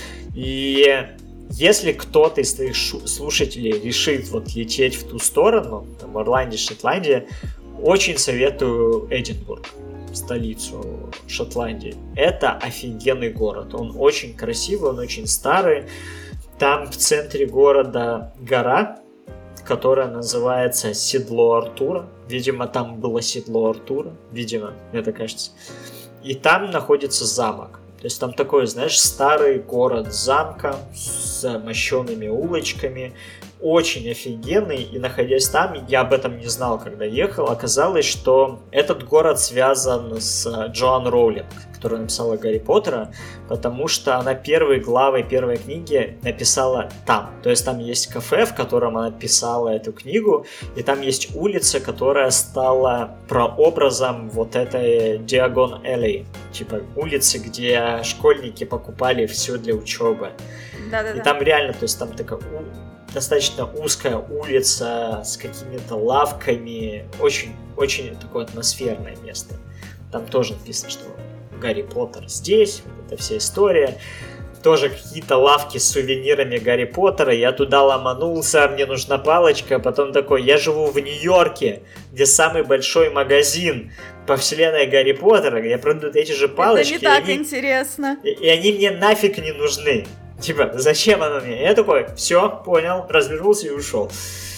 И... Если кто-то из твоих слушателей решит вот лететь в ту сторону, там, Ирландия, Шотландия, очень советую Эдинбург, столицу Шотландии. Это офигенный город. Он очень красивый, он очень старый. Там в центре города гора, которая называется Седло Артура. Видимо, там было Седло Артура. Видимо, мне так кажется. И там находится замок. То есть там такой, знаешь, старый город с замком, с мощеными улочками, очень офигенный, и находясь там, я об этом не знал, когда ехал, оказалось, что этот город связан с Джоан Роулинг, которая написала Гарри Поттера, потому что она первые главы первой книги написала там. То есть там есть кафе, в котором она писала эту книгу, и там есть улица, которая стала прообразом вот этой Diagon Alley, типа улицы, где школьники покупали все для учебы. Да-да-да. И там реально, то есть там такая достаточно узкая улица с какими-то лавками, очень, очень такое атмосферное место. Там тоже написано, что Гарри Поттер здесь, вот эта вся история. Тоже какие-то лавки с сувенирами Гарри Поттера, я туда ломанулся, мне нужна палочка, потом такой, я живу в Нью-Йорке, где самый большой магазин по вселенной Гарри Поттера, где продают эти же палочки. Это не так и они, интересно. И, и они мне нафиг не нужны. Типа, зачем оно мне? Я такой, все, понял, развернулся и ушел.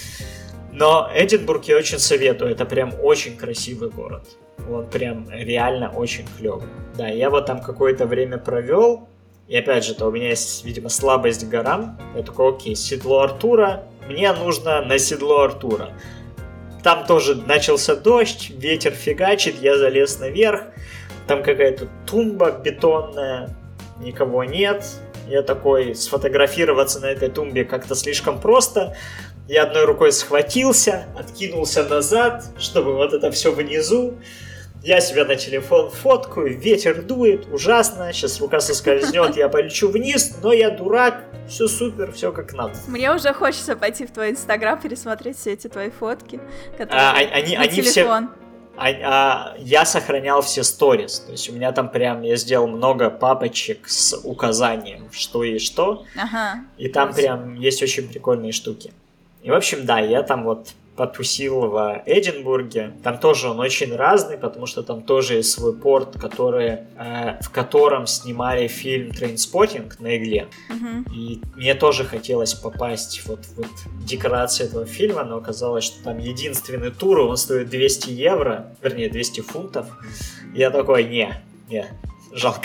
Но Эдинбург я очень советую, это прям очень красивый город. Он прям реально очень клевый. Да, я вот там какое-то время провел, и опять же, то у меня есть, видимо, слабость к горам. Я такой, окей, седло Артура, мне нужно на седло Артура. Там тоже начался дождь, ветер фигачит, я залез наверх, там какая-то тумба бетонная, никого нет. Я такой, сфотографироваться на этой тумбе как-то слишком просто. Я одной рукой схватился, откинулся назад, чтобы вот это все внизу. Я себя на телефон фоткаю, ветер дует, ужасно. Сейчас рука соскользнет, я полечу вниз, но я дурак, все супер, все как надо. Мне уже хочется пойти в твой инстаграм, пересмотреть все эти твои фотки, которые а, они, на они телефон. Все... А, а, я сохранял все сторис, то есть у меня там прям, я сделал много папочек с указанием, что и что, ага, и там класс. Прям есть очень прикольные штуки. И, в общем, да, я там вот потусил в Эдинбурге, там тоже он очень разный, потому что там тоже есть свой порт, который, э, в котором снимали фильм «Трейнспоттинг» на игле, угу. И мне тоже хотелось попасть вот в вот декорации этого фильма, но оказалось, что там единственный тур, он стоит двести евро, вернее двести фунтов. Я такой, не, не, жалко.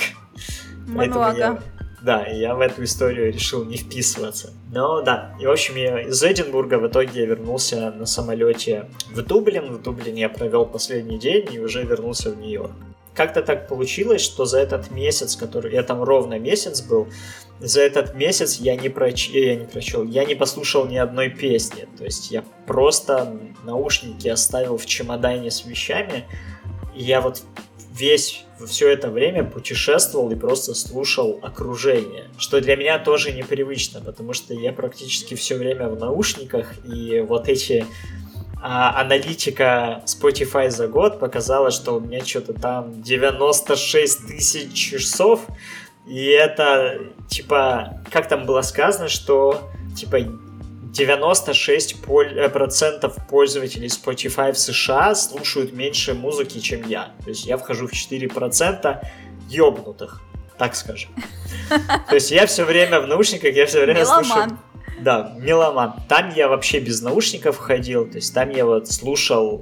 Много. Да, я в эту историю решил не вписываться. Но да, и в общем я из Эдинбурга в итоге вернулся на самолете в Дублин. В Дублине я провел последний день и уже вернулся в Нью-Йорк. Как-то так получилось, что за этот месяц, который я там ровно месяц был, за этот месяц я не, проч... я не прочел, я не послушал ни одной песни. То есть я просто наушники оставил в чемодане с вещами, и я вот весь все это время путешествовал и просто слушал окружение, что для меня тоже непривычно, потому что я практически все время в наушниках, и вот эти а аналитика Spotify за год показала, что у меня что-то там девяносто шесть тысяч часов, и это, типа, как там было сказано, что, типа, девяносто шесть процентов пользователей Spotify в США слушают меньше музыки, чем я. То есть я вхожу в четыре процента ёбнутых, так скажем. То есть я все время в наушниках, я все время меломан. слушаю... Да, меломан. Там я вообще без наушников ходил, то есть там я вот слушал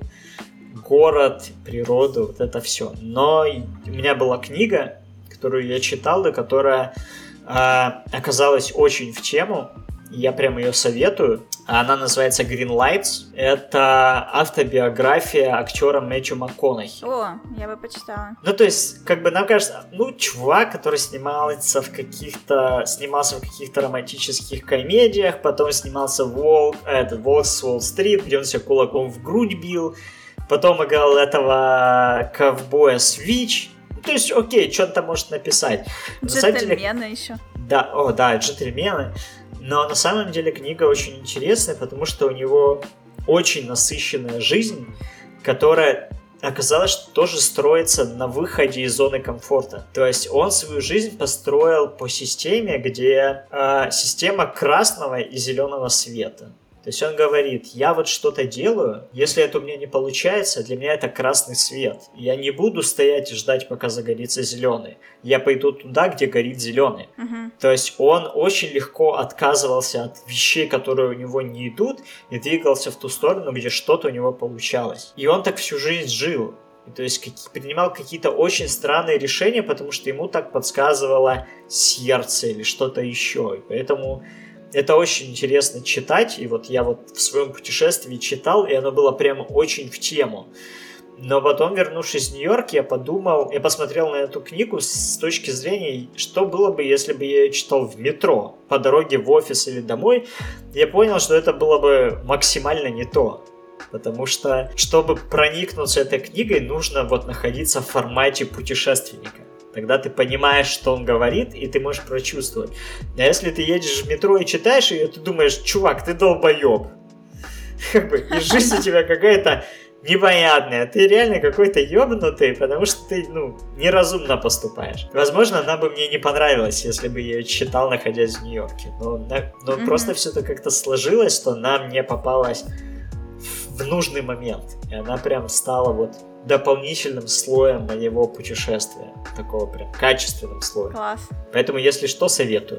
город, природу, вот это все. Но у меня была книга, которую я читал, и которая э, оказалась очень в тему. Я прям ее советую. Она называется Green Lights. Это автобиография актера Мэтью МакКонахи. О, я бы почитала. Ну, то есть, как бы нам кажется, ну, чувак, который снимался в каких-то, снимался в каких-то романтических комедиях, потом снимался в Волк, этот, Волк с Уолл-стрит, где он себя кулаком в грудь бил, потом играл этого ковбоя Свич. То есть, окей, что он там может написать? Джентльмены еще. Да, о, да, джентльмены. Но на самом деле книга очень интересная, потому что у него очень насыщенная жизнь, которая оказалось, что тоже строится на выходе из зоны комфорта. То есть он свою жизнь построил по системе, где э, система красного и зеленого света. То есть он говорит, я вот что-то делаю, если это у меня не получается, для меня это красный свет. Я не буду стоять и ждать, пока загорится зеленый. Я пойду туда, где горит зеленый. Uh-huh. То есть он очень легко отказывался от вещей, которые у него не идут, и двигался в ту сторону, где что-то у него получалось. И он так всю жизнь жил. То есть как, принимал какие-то очень странные решения, потому что ему так подсказывало сердце или что-то еще. И поэтому... Это очень интересно читать, и вот я вот в своем путешествии читал, и оно было прямо очень в тему. Но потом, вернувшись в Нью-Йорк, я подумал, я посмотрел на эту книгу с точки зрения, что было бы, если бы я ее читал в метро, по дороге в офис или домой. Я понял, что это было бы максимально не то. Потому что, чтобы проникнуться этой книгой, нужно вот находиться в формате путешественника. Тогда ты понимаешь, что он говорит, и ты можешь прочувствовать. А если ты едешь в метро и читаешь ее, ты думаешь, чувак, ты долбоеб. Как бы, и жизнь у тебя какая-то непонятная. Ты реально какой-то ебнутый, потому что ты, ну, неразумно поступаешь. Возможно, она бы мне не понравилась, если бы я ее читал, находясь в Нью-Йорке. Но, но mm-hmm. просто все это как-то сложилось, что она мне попалась в нужный момент. И она прям стала вот... дополнительным слоем моего путешествия. Такого прям качественным слоем. Класс. Поэтому, если что, советую.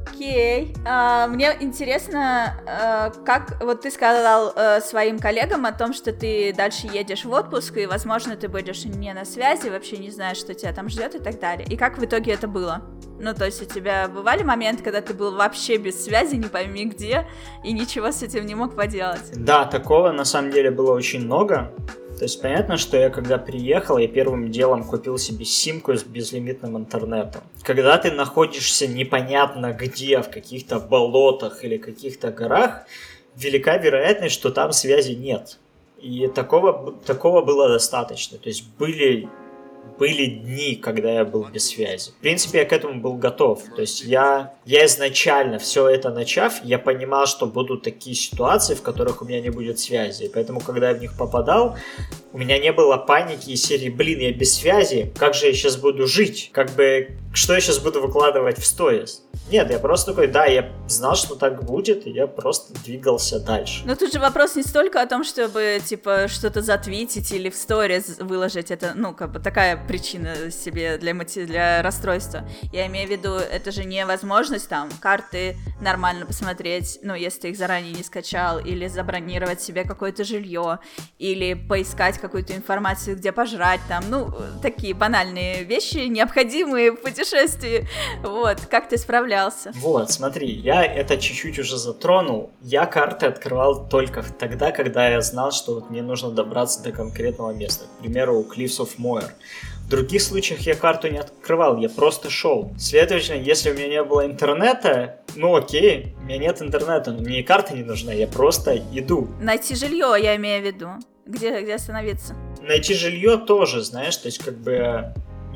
Окей. А, мне интересно, а, как... Вот ты сказал а, своим коллегам о том, что ты дальше едешь в отпуск, и, возможно, ты будешь не на связи, вообще не знаешь, что тебя там ждет и так далее. И как в итоге это было? Ну, то есть у тебя бывали моменты, когда ты был вообще без связи, не пойми где, и ничего с этим не мог поделать? Да, такого на самом деле было очень много. То есть понятно, что я когда приехал, я первым делом купил себе симку с безлимитным интернетом. Когда ты находишься непонятно где, в каких-то болотах или каких-то горах, велика вероятность, что там связи нет. И такого, такого было достаточно. То есть были... Были дни, когда я был без связи. В принципе, я к этому был готов. То есть я, я изначально, все это начав, я понимал, что будут такие ситуации, в которых у меня не будет связи. И поэтому, когда я в них попадал, у меня не было паники из серии, блин, я без связи, как же я сейчас буду жить? Как бы, что я сейчас буду выкладывать в сторис? Нет, я просто такой, да, я знал, что так будет, и я просто двигался дальше. Но тут же вопрос не столько о том, чтобы, типа, что-то затвитить или в сторис выложить. Это, ну, как бы такая причина себе для, мотив... для расстройства. Я имею в виду, это же не возможность, там, карты нормально посмотреть, ну, если ты их заранее не скачал, или забронировать себе какое-то жилье, или поискать какую-то информацию, где пожрать, там, ну, такие банальные вещи, необходимые в путешествии. Вот, как ты справлялся? Вот, смотри, я это чуть-чуть уже затронул. Я карты открывал только тогда, когда я знал, что вот мне нужно добраться до конкретного места. К примеру, у Cliffs of Moher. В других случаях я карту не открывал, я просто шел. Следовательно, если у меня не было интернета, ну окей, у меня нет интернета, но мне и карта не нужна, я просто иду. Найти жилье, я имею в виду. Где, где остановиться? Найти жилье тоже, знаешь, то есть как бы...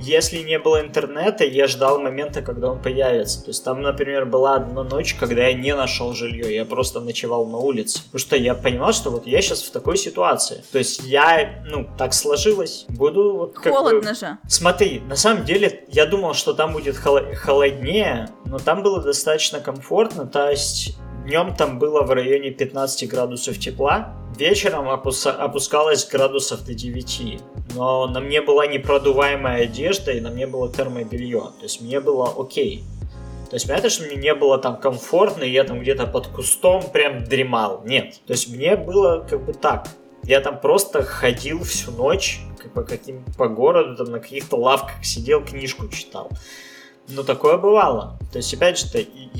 если не было интернета, я ждал момента, когда он появится. То есть там, например, была одна ночь, когда я не нашел жилье, я просто ночевал на улице. Потому что я понимал, что вот я сейчас в такой ситуации. То есть я, ну, так сложилось, буду вот как Холодно бы... же. Смотри, на самом деле, я думал, что там будет холо- холоднее, но там было достаточно комфортно, то есть днем там было в районе пятнадцать градусов тепла, вечером опус- опускалось градусов до девяти, но на мне была непродуваемая одежда и на мне было термобелье, то есть мне было окей. То есть, понятно, что мне не было там комфортно, и я там где-то под кустом прям дремал. Нет. То есть, мне было как бы так. Я там просто ходил всю ночь по, каким, по городу, там на каких-то лавках сидел, книжку читал. Ну, такое бывало. То есть, опять же,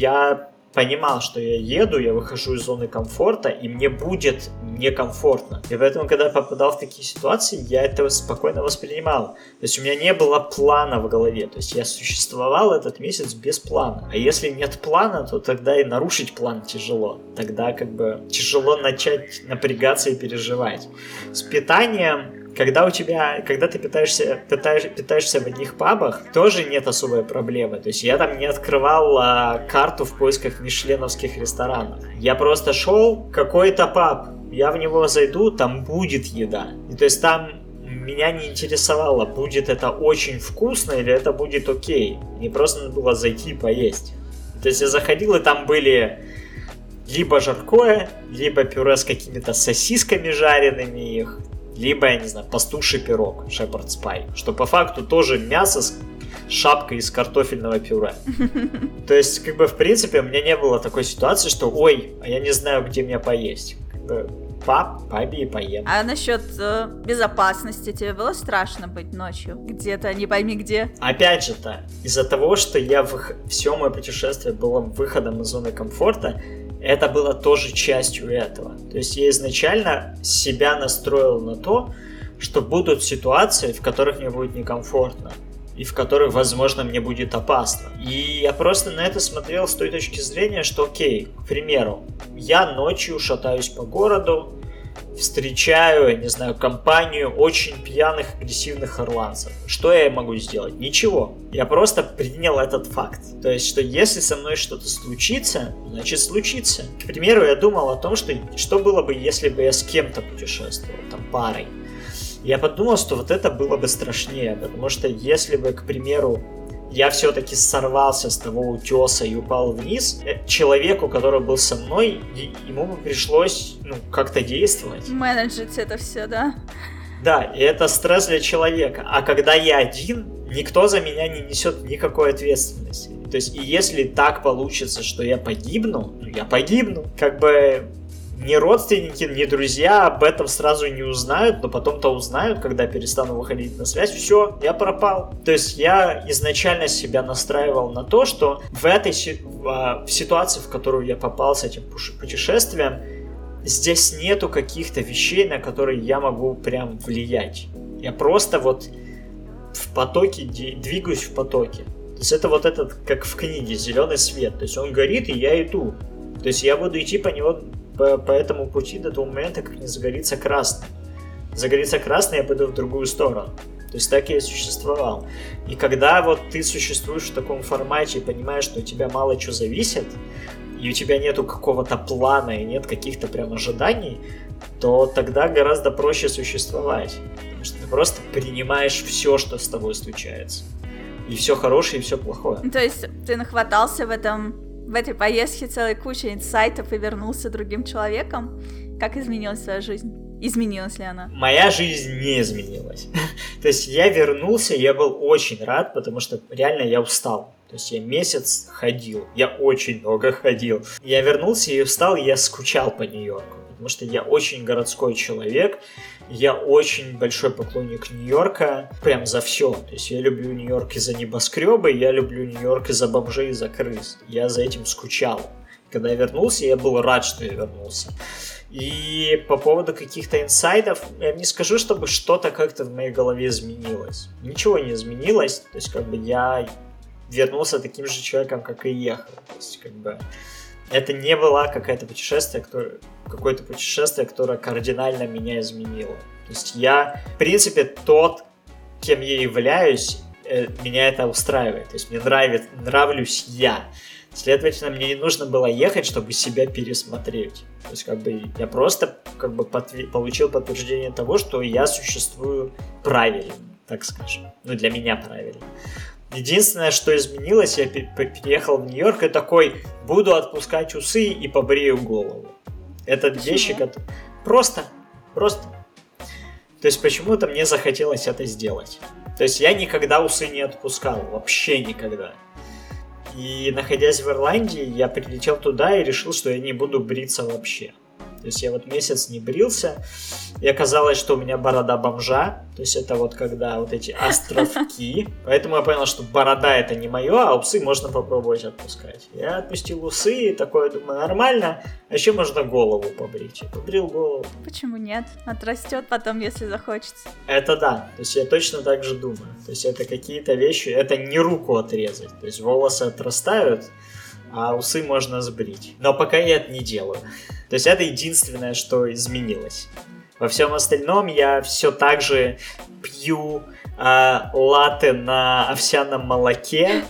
я понимал, что я еду, я выхожу из зоны комфорта, и мне будет некомфортно. И поэтому, когда я попадал в такие ситуации, я это спокойно воспринимал. То есть у меня не было плана в голове. То есть я существовал этот месяц без плана. А если нет плана, то тогда и нарушить план тяжело. Тогда как бы тяжело начать напрягаться и переживать. С питанием... Когда у тебя, когда ты питаешься, питаешь, питаешься в одних пабах, тоже нет особой проблемы. То есть я там не открывал а, карту в поисках мишленовских ресторанов. Я просто шел какой-то паб, я в него зайду, там будет еда. И то есть там меня не интересовало, будет это очень вкусно или это будет окей. Мне просто надо было зайти и поесть. То есть я заходил, и там были либо жаркое, либо пюре с какими-то сосисками жареными их, либо, я не знаю, пастуший пирог, shepherd's pie, что по факту тоже мясо с шапкой из картофельного пюре. То есть, как бы, в принципе, у меня не было такой ситуации, что, ой, а я не знаю, где мне поесть. Как бы, пап, папе и поем. А насчет э, безопасности, тебе было страшно быть ночью? Где-то, не пойми где? Опять же-то, из-за того, что я в... все мое путешествие было выходом из зоны комфорта, это было тоже частью этого. То есть я изначально себя настроил на то, что будут ситуации, в которых мне будет некомфортно, и в которых, возможно, мне будет опасно. И я просто на это смотрел с той точки зрения, что, окей, к примеру, я ночью шатаюсь по городу, встречаю, я не знаю, компанию очень пьяных, агрессивных ирландцев. Что я могу сделать? Ничего. Я просто принял этот факт. То есть, что если со мной что-то случится, значит случится. К примеру, я думал о том, что, что было бы, если бы я с кем-то путешествовал, там, парой. Я подумал, что вот это было бы страшнее, потому что если бы, к примеру, я все-таки сорвался с того утеса и упал вниз, человеку, который был со мной, ему бы пришлось, ну, как-то действовать. Менеджить это все, да? Да, и это стресс для человека. А когда я один, никто за меня не несет никакой ответственности. То есть, и если так получится, что я погибну, ну, я погибну. Как бы ни родственники, ни друзья об этом сразу не узнают, но потом-то узнают, когда перестану выходить на связь. Все, я пропал. То есть я изначально себя настраивал на то, что в этой в ситуации, в которую я попал с этим путешествием, здесь нету каких-то вещей, на которые я могу прям влиять. Я просто вот в потоке, двигаюсь в потоке. То есть это вот этот, как в книге, зеленый свет. То есть он горит, и я иду. То есть я буду идти по него, по, по этому пути до того момента, как не загорится красный. Загорится красный, я пойду в другую сторону. То есть так я и существовал. И когда вот ты существуешь в таком формате и понимаешь, что у тебя мало чего зависит, и у тебя нету какого-то плана и нет каких-то прям ожиданий, то тогда гораздо проще существовать. Потому что ты просто принимаешь все, что с тобой случается. И все хорошее, и все плохое. То есть ты нахватался в этом, в этой поездке целой кучей инсайтов и вернулся другим человеком? Как изменилась твоя жизнь? Изменилась ли она? Моя жизнь не изменилась. То есть я вернулся, и я был очень рад, потому что реально я устал. То есть я месяц ходил, я очень много ходил. Я вернулся и устал, и я скучал по Нью-Йорку, потому что я очень городской человек, я очень большой поклонник Нью-Йорка, прям за все. То есть я люблю Нью-Йорк из-за небоскребы, я люблю Нью-Йорк из-за бомжей, из-за крыс. Я за этим скучал. Когда я вернулся, я был рад, что я вернулся. И по поводу каких-то инсайдов, я не скажу, чтобы что-то как-то в моей голове изменилось. Ничего не изменилось, то есть как бы я вернулся таким же человеком, как и ехал. То есть как бы это не было какое-то путешествие, которое, какое-то путешествие, которое кардинально меня изменило. То есть я, в принципе, тот, кем я являюсь, э, меня это устраивает. То есть мне нравится, нравлюсь я. Следовательно, мне не нужно было ехать, чтобы себя пересмотреть. То есть, как бы, я просто как бы подтвер- получил подтверждение того, что я существую правильно, так скажем. Ну, для меня правильно. Единственное, что изменилось, я переехал в Нью-Йорк и такой, буду отпускать усы и побрею голову. Это Почему? вещи, которые... Просто, просто. То есть, почему-то мне захотелось это сделать. То есть, я никогда усы не отпускал, вообще никогда. И, находясь в Ирландии, я прилетел туда и решил, что я не буду бриться вообще. То есть я вот месяц не брился, и оказалось, что у меня борода бомжа. То есть это вот когда вот эти островки. Поэтому я понял, что борода это не мое, а усы можно попробовать отпускать. Я отпустил усы и такое, думаю, нормально. А еще можно голову побрить. Я побрил голову. Почему нет? Отрастет потом, если захочется. Это да. То есть я точно так же думаю. То есть это какие-то вещи, это не руку отрезать. То есть волосы отрастают, а усы можно сбрить. Но пока я это не делаю. То есть это единственное, что изменилось. Во всем остальном я все так же пью э, латте на овсяном молоке,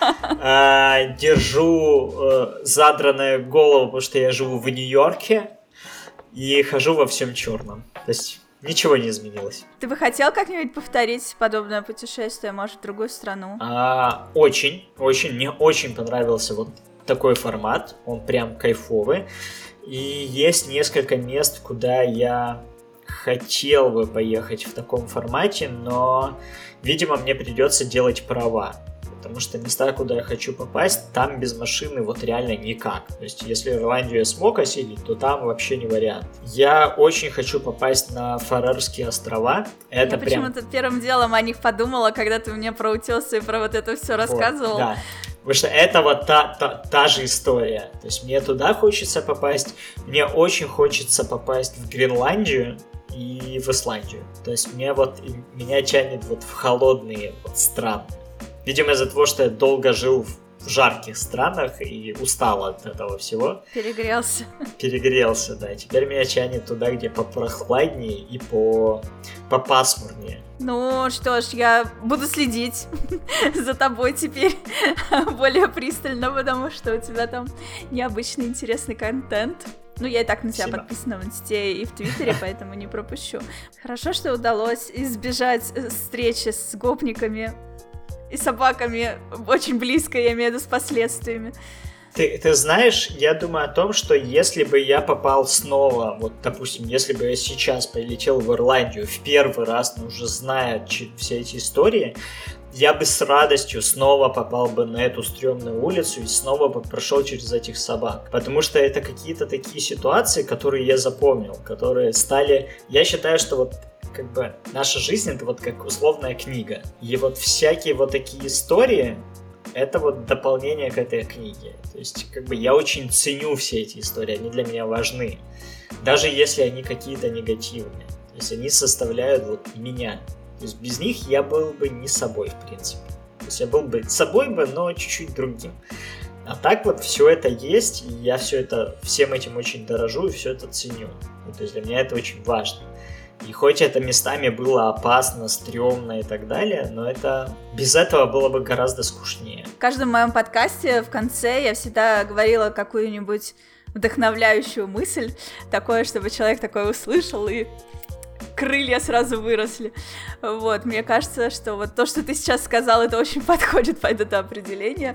э, держу э, задранную голову, потому что я живу в Нью-Йорке, и хожу во всем черном. То есть ничего не изменилось. Ты бы хотел как-нибудь повторить подобное путешествие, может, в другую страну? А, очень, очень, мне очень понравился вот такой формат, он прям кайфовый. И есть несколько мест, куда я хотел бы поехать в таком формате, но, видимо, мне придется делать права. Потому что места, куда я хочу попасть, там без машины вот реально никак. То есть, если Ирландию я смог осилить, то там вообще не вариант. Я очень хочу попасть на Фарерские острова. Это я прям... почему-то первым делом о них подумала, когда ты мне про утесы и про вот это все рассказывал. Вот, да. Потому что это вот та, та, та же история. То есть мне туда хочется попасть, мне очень хочется попасть в Гренландию и в Исландию. То есть мне вот, меня тянет вот в холодные вот страны. Видимо, из-за того, что я долго жил в жарких странах и устал от этого всего. Перегрелся. Перегрелся, да. Теперь меня тянет туда, где попрохладнее и по, попасмурнее. Ну что ж, я буду следить за тобой теперь более пристально, потому что у тебя там необычный интересный контент. Ну, я и так на тебя Спасибо. подписана в Инсте и в Твиттере, поэтому не пропущу. Хорошо, что удалось избежать встречи с гопниками и собаками очень близко, я имею в виду, с последствиями. Ты, ты знаешь, я думаю о том, что если бы я попал снова, вот, допустим, если бы я сейчас полетел в Ирландию в первый раз, но уже зная ч- все эти истории, я бы с радостью снова попал бы на эту стрёмную улицу и снова бы прошел через этих собак. Потому что это какие-то такие ситуации, которые я запомнил, которые стали... Я считаю, что вот как бы наша жизнь — это вот как условная книга. И вот всякие вот такие истории — это вот дополнение к этой книге. То есть как бы я очень ценю все эти истории, они для меня важны. Даже если они какие-то негативные. То есть они составляют вот меня. То есть без них я был бы не собой, в принципе. То есть я был бы собой бы, но чуть-чуть другим. А так вот все это есть, и я все это, всем этим очень дорожу и все это ценю. Ну, то есть для меня это очень важно. И хоть это местами было опасно, стрёмно и так далее, но это без этого было бы гораздо скучнее. В каждом моем подкасте в конце я всегда говорила какую-нибудь вдохновляющую мысль, такое, чтобы человек такое услышал и крылья сразу выросли. Вот, мне кажется, что вот то, что ты сейчас сказал, это очень подходит под это определение.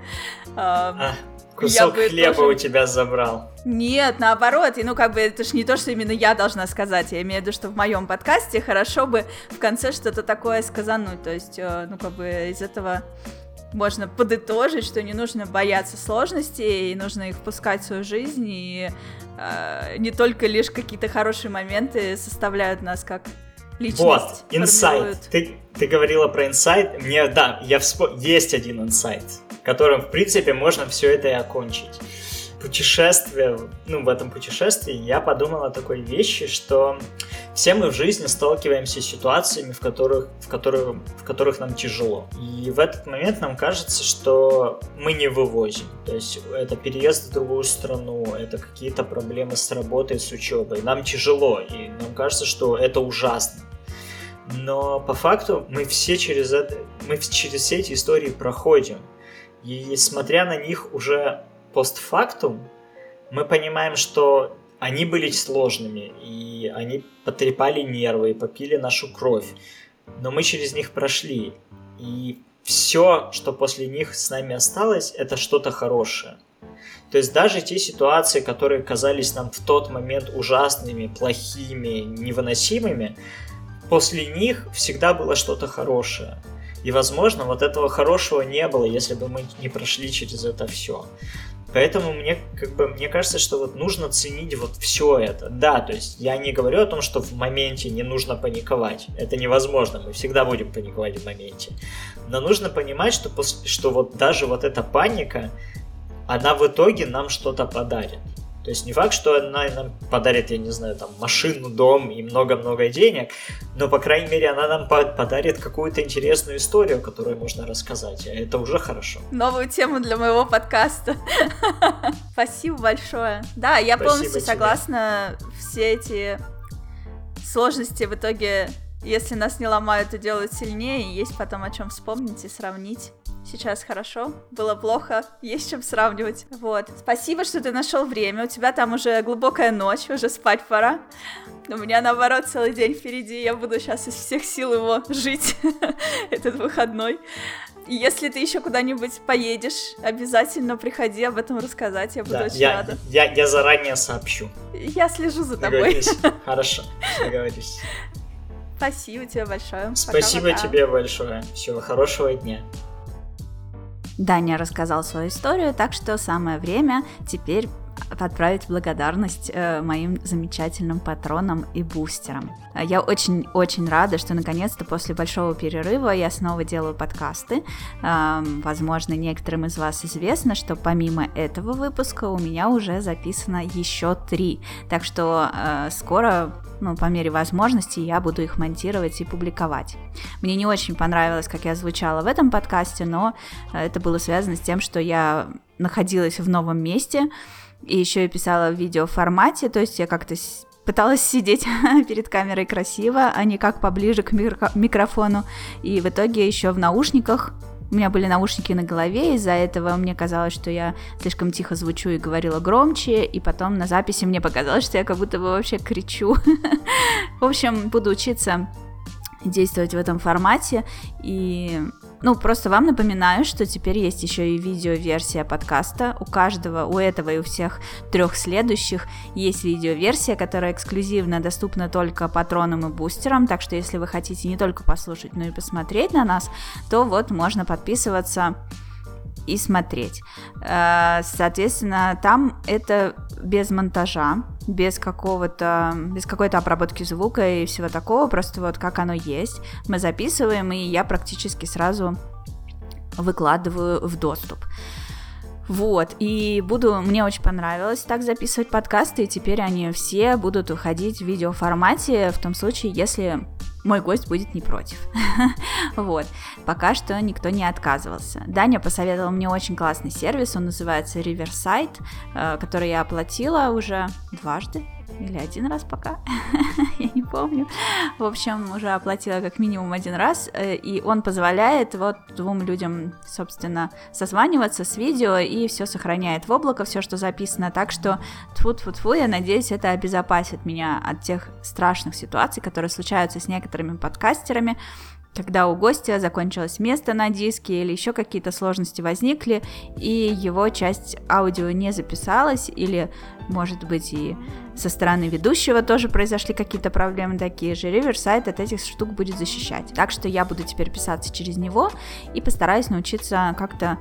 А, кусок хлеба тоже... у тебя забрал. Нет, наоборот, и ну как бы это ж не то, что именно я должна сказать, я имею в виду, что в моем подкасте хорошо бы в конце что-то такое сказануть, то есть, ну как бы из этого можно подытожить, что не нужно бояться сложностей, и нужно их впускать в свою жизнь, и э, не только лишь какие-то хорошие моменты составляют нас как личность. Вот, инсайт. Ты, ты говорила про инсайт. Мне, да, я вспомнил, есть один инсайт, которым, в принципе, можно все это и окончить. Путешествие, ну, в этом путешествии я подумал о такой вещи, что все мы в жизни сталкиваемся с ситуациями, в которых, в которых, в которых нам тяжело. И в этот момент нам кажется, что мы не вывозим. То есть это переезд в другую страну, это какие-то проблемы с работой, с учебой. Нам тяжело, и нам кажется, что это ужасно. Но по факту мы все через это, мы через все эти истории проходим. И смотря на них уже постфактум, мы понимаем, что они были сложными, и они потрепали нервы, и попили нашу кровь. Но мы через них прошли. И все, что после них с нами осталось, это что-то хорошее. То есть даже те ситуации, которые казались нам в тот момент ужасными, плохими, невыносимыми, после них всегда было что-то хорошее. И, возможно, вот этого хорошего не было, если бы мы не прошли через это все. Поэтому мне, как бы, мне кажется, что вот нужно ценить вот все это. Да, то есть я не говорю о том, что в моменте не нужно паниковать. Это невозможно, мы всегда будем паниковать в моменте. Но нужно понимать, что, пос- что вот даже вот эта паника, она в итоге нам что-то подарит. То есть не факт, что она нам подарит, я не знаю, там, машину, дом и много-много денег, но, по крайней мере, она нам подарит какую-то интересную историю, которую можно рассказать, а это уже хорошо. Новую тему для моего подкаста. Спасибо большое. Да, я Спасибо полностью тебе. Согласна. Все эти сложности в итоге, если нас не ломают, то делают сильнее, и есть потом о чем вспомнить и сравнить. Сейчас хорошо, было плохо, есть чем сравнивать. Вот. Спасибо, что ты нашел время. У тебя там уже глубокая ночь, уже спать пора. У меня, наоборот, целый день впереди. Я буду сейчас из всех сил его жить, этот выходной. И если ты еще куда-нибудь поедешь, обязательно приходи об этом рассказать. Я буду да, очень я, рада. Я, я заранее сообщу. Я слежу за тобой. Хорошо, договорились. Спасибо тебе большое. Спасибо Пока-пока. тебе большое. Всего хорошего дня. Даня рассказал свою историю, так что самое время теперь отправить благодарность э, моим замечательным патронам и бустерам. Я очень-очень рада, что наконец-то после большого перерыва я снова делаю подкасты. Э, возможно, некоторым из вас известно, что помимо этого выпуска у меня уже записано еще три. Так что э, скоро, ну, по мере возможности, я буду их монтировать и публиковать. Мне не очень понравилось, как я звучала в этом подкасте, но это было связано с тем, что я находилась в новом месте, и еще я писала в видеоформате, то есть я как-то пыталась сидеть перед камерой красиво, а не как поближе к микро- микрофону. И в итоге еще в наушниках, у меня были наушники на голове, из-за этого мне казалось, что я слишком тихо звучу и говорила громче, и потом на записи мне показалось, что я как будто бы вообще кричу. В общем, буду учиться действовать в этом формате, и, ну, просто вам напоминаю, что теперь есть еще и видеоверсия подкаста. У каждого, у этого и у всех трех следующих есть видеоверсия, которая эксклюзивно доступна только патронам и бустерам, так что если вы хотите не только послушать, но и посмотреть на нас, то вот можно подписываться и смотреть. Соответственно, там это без монтажа, без какого-то, без какой-то обработки звука и всего такого, просто вот как оно есть. Мы записываем, и я практически сразу выкладываю в доступ. Вот, и буду, мне очень понравилось так записывать подкасты, и теперь они все будут уходить в видеоформате, в том случае, если мой гость будет не против. Вот, пока что никто не отказывался. Даня посоветовал мне очень классный сервис, он называется Riverside, который я оплатила уже дважды, или один раз пока, я не помню. В общем, уже оплатила как минимум один раз, и он позволяет вот двум людям, собственно, созваниваться с видео, и все сохраняет в облако, все, что записано, так что тьфу-тьфу-тьфу, я надеюсь, это обезопасит меня от тех страшных ситуаций, которые случаются с некоторыми подкастерами, когда у гостя закончилось место на диске или еще какие-то сложности возникли, и его часть аудио не записалась, или, может быть, и со стороны ведущего тоже произошли какие-то проблемы такие же. Riverside от этих штук будет защищать. Так что я буду теперь писаться через него и постараюсь научиться как-то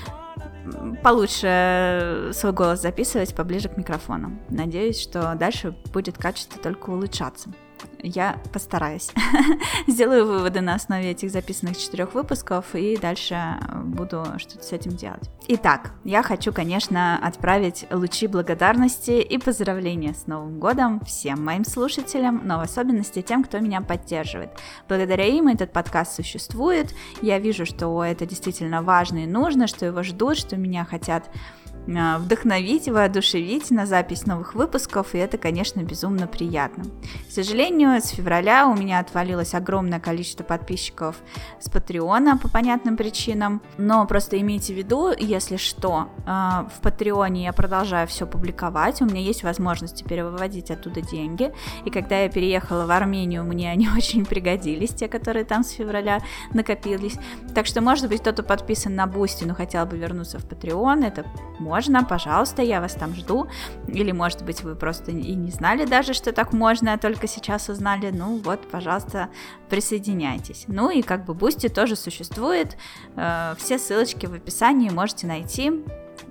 получше свой голос записывать поближе к микрофону. Надеюсь, что дальше будет качество только улучшаться. Я постараюсь. Сделаю выводы на основе этих записанных четырех выпусков и дальше буду что-то с этим делать. Итак, я хочу, конечно, отправить лучи благодарности и поздравления с Новым годом всем моим слушателям, но в особенности тем, кто меня поддерживает. Благодаря им этот подкаст существует. Я вижу, что это действительно важно и нужно, что его ждут, что меня хотят вдохновить, воодушевить на запись новых выпусков, и это, конечно, безумно приятно. К сожалению, с февраля у меня отвалилось огромное количество подписчиков с Патреона по понятным причинам, но просто имейте в виду, если что, в Патреоне я продолжаю все публиковать, у меня есть возможность теперь выводить оттуда деньги, и когда я переехала в Армению, мне они очень пригодились, те, которые там с февраля накопились, так что, может быть, кто-то подписан на Boosty, но хотел бы вернуться в Patreon, это можно, пожалуйста, я вас там жду, или, может быть, вы просто и не знали даже, что так можно, а только сейчас узнали, ну вот, пожалуйста, присоединяйтесь. Ну и как бы Boosty тоже существует, все ссылочки в описании можете найти.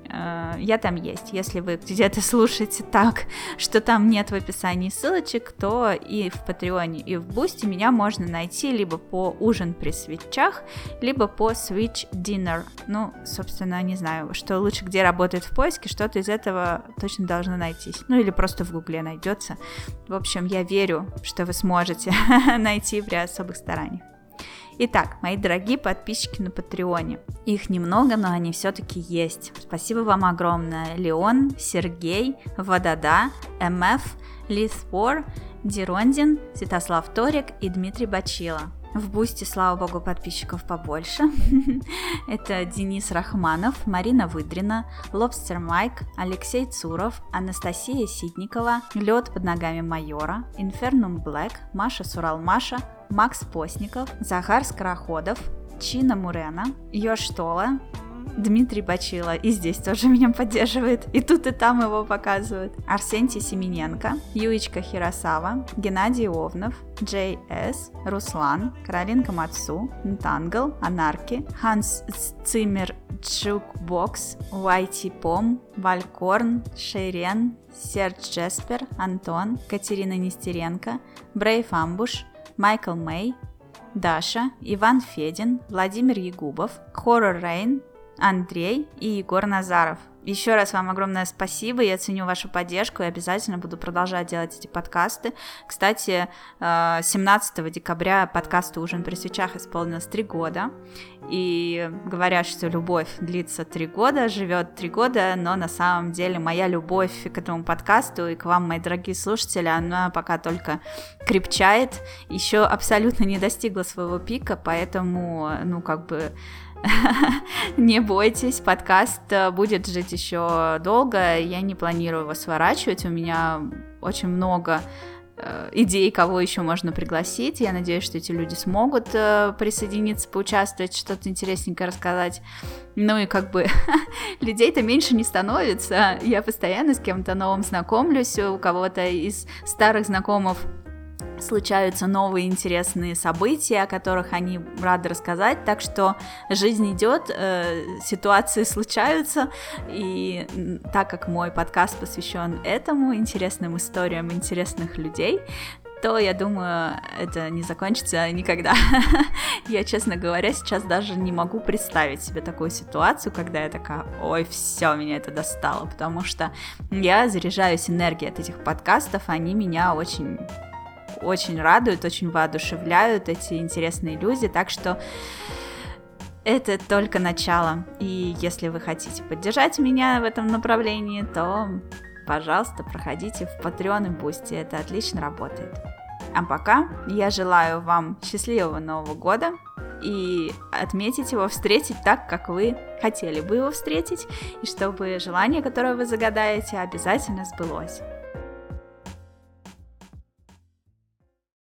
Я там есть. Если вы где-то слушаете так, что там нет в описании ссылочек, то и в Патреоне, и в Boosty меня можно найти либо по «Ужин при свечах», либо по «Switch Dinner». Ну, собственно, не знаю, что лучше где работает в поиске, что-то из этого точно должно найтись. Ну, или просто в Гугле найдется. В общем, я верю, что вы сможете найти при особых стараниях. Итак, мои дорогие подписчики на Патреоне. Их немного, но они все-таки есть. Спасибо вам огромное. Леон, Сергей, Водода, МФ, Лисфор, Дирондин, Святослав Торик и Дмитрий Бачила. В Boosty, слава богу, подписчиков побольше. Это Денис Рахманов, Марина Выдрина, Лобстер Майк, Алексей Цуров, Анастасия Ситникова, Лед под ногами майора, Инфернум Блэк, Маша Суралмаша, Макс Постников, Захар Скороходов, Чина Мурена, Ёж Тола, Дмитрий Бачила, и здесь тоже меня поддерживает, и тут и там его показывают, Арсентий Семененко, Юичка Хиросава, Геннадий Овнов, Джей Эс, Руслан, Каролинка Мацу, Нтангл, Анарки, Ханс Циммер Джукбокс, Уайти Пом, Валькорн, Шейрен, Серж Джеспер, Антон, Катерина Нестеренко, Брейв Амбуш, Майкл Мэй, Даша, Иван Федин, Владимир Ягубов, Хоррор Рейн, Андрей и Егор Назаров. Еще раз вам огромное спасибо, я ценю вашу поддержку и обязательно буду продолжать делать эти подкасты. Кстати, семнадцатого декабря подкасту «Ужин при свечах» исполнилось три года, и говорят, что любовь длится три года, живет три года, но на самом деле моя любовь к этому подкасту и к вам, мои дорогие слушатели, она пока только крепчает, еще абсолютно не достигла своего пика, поэтому, ну, как бы... Не бойтесь, подкаст будет жить еще долго, я не планирую его сворачивать, у меня очень много э, идей, кого еще можно пригласить, я надеюсь, что эти люди смогут э, присоединиться, поучаствовать, что-то интересненькое рассказать, ну и как бы людей-то меньше не становится, я постоянно с кем-то новым знакомлюсь, у кого-то из старых знакомых случаются новые интересные события, о которых они рады рассказать, так что жизнь идет, э, ситуации случаются, и так как мой подкаст посвящен этому, интересным историям интересных людей, то, я думаю, это не закончится никогда. Я, честно говоря, сейчас даже не могу представить себе такую ситуацию, когда я такая, ой, все, меня это достало, потому что я заряжаюсь энергией от этих подкастов, они меня очень... очень радуют, очень воодушевляют эти интересные люди, так что это только начало, и если вы хотите поддержать меня в этом направлении, то, пожалуйста, проходите в Patreon и Boosty, это отлично работает. А пока я желаю вам счастливого Нового года и отметить его, встретить так, как вы хотели бы его встретить, и чтобы желание, которое вы загадаете, обязательно сбылось.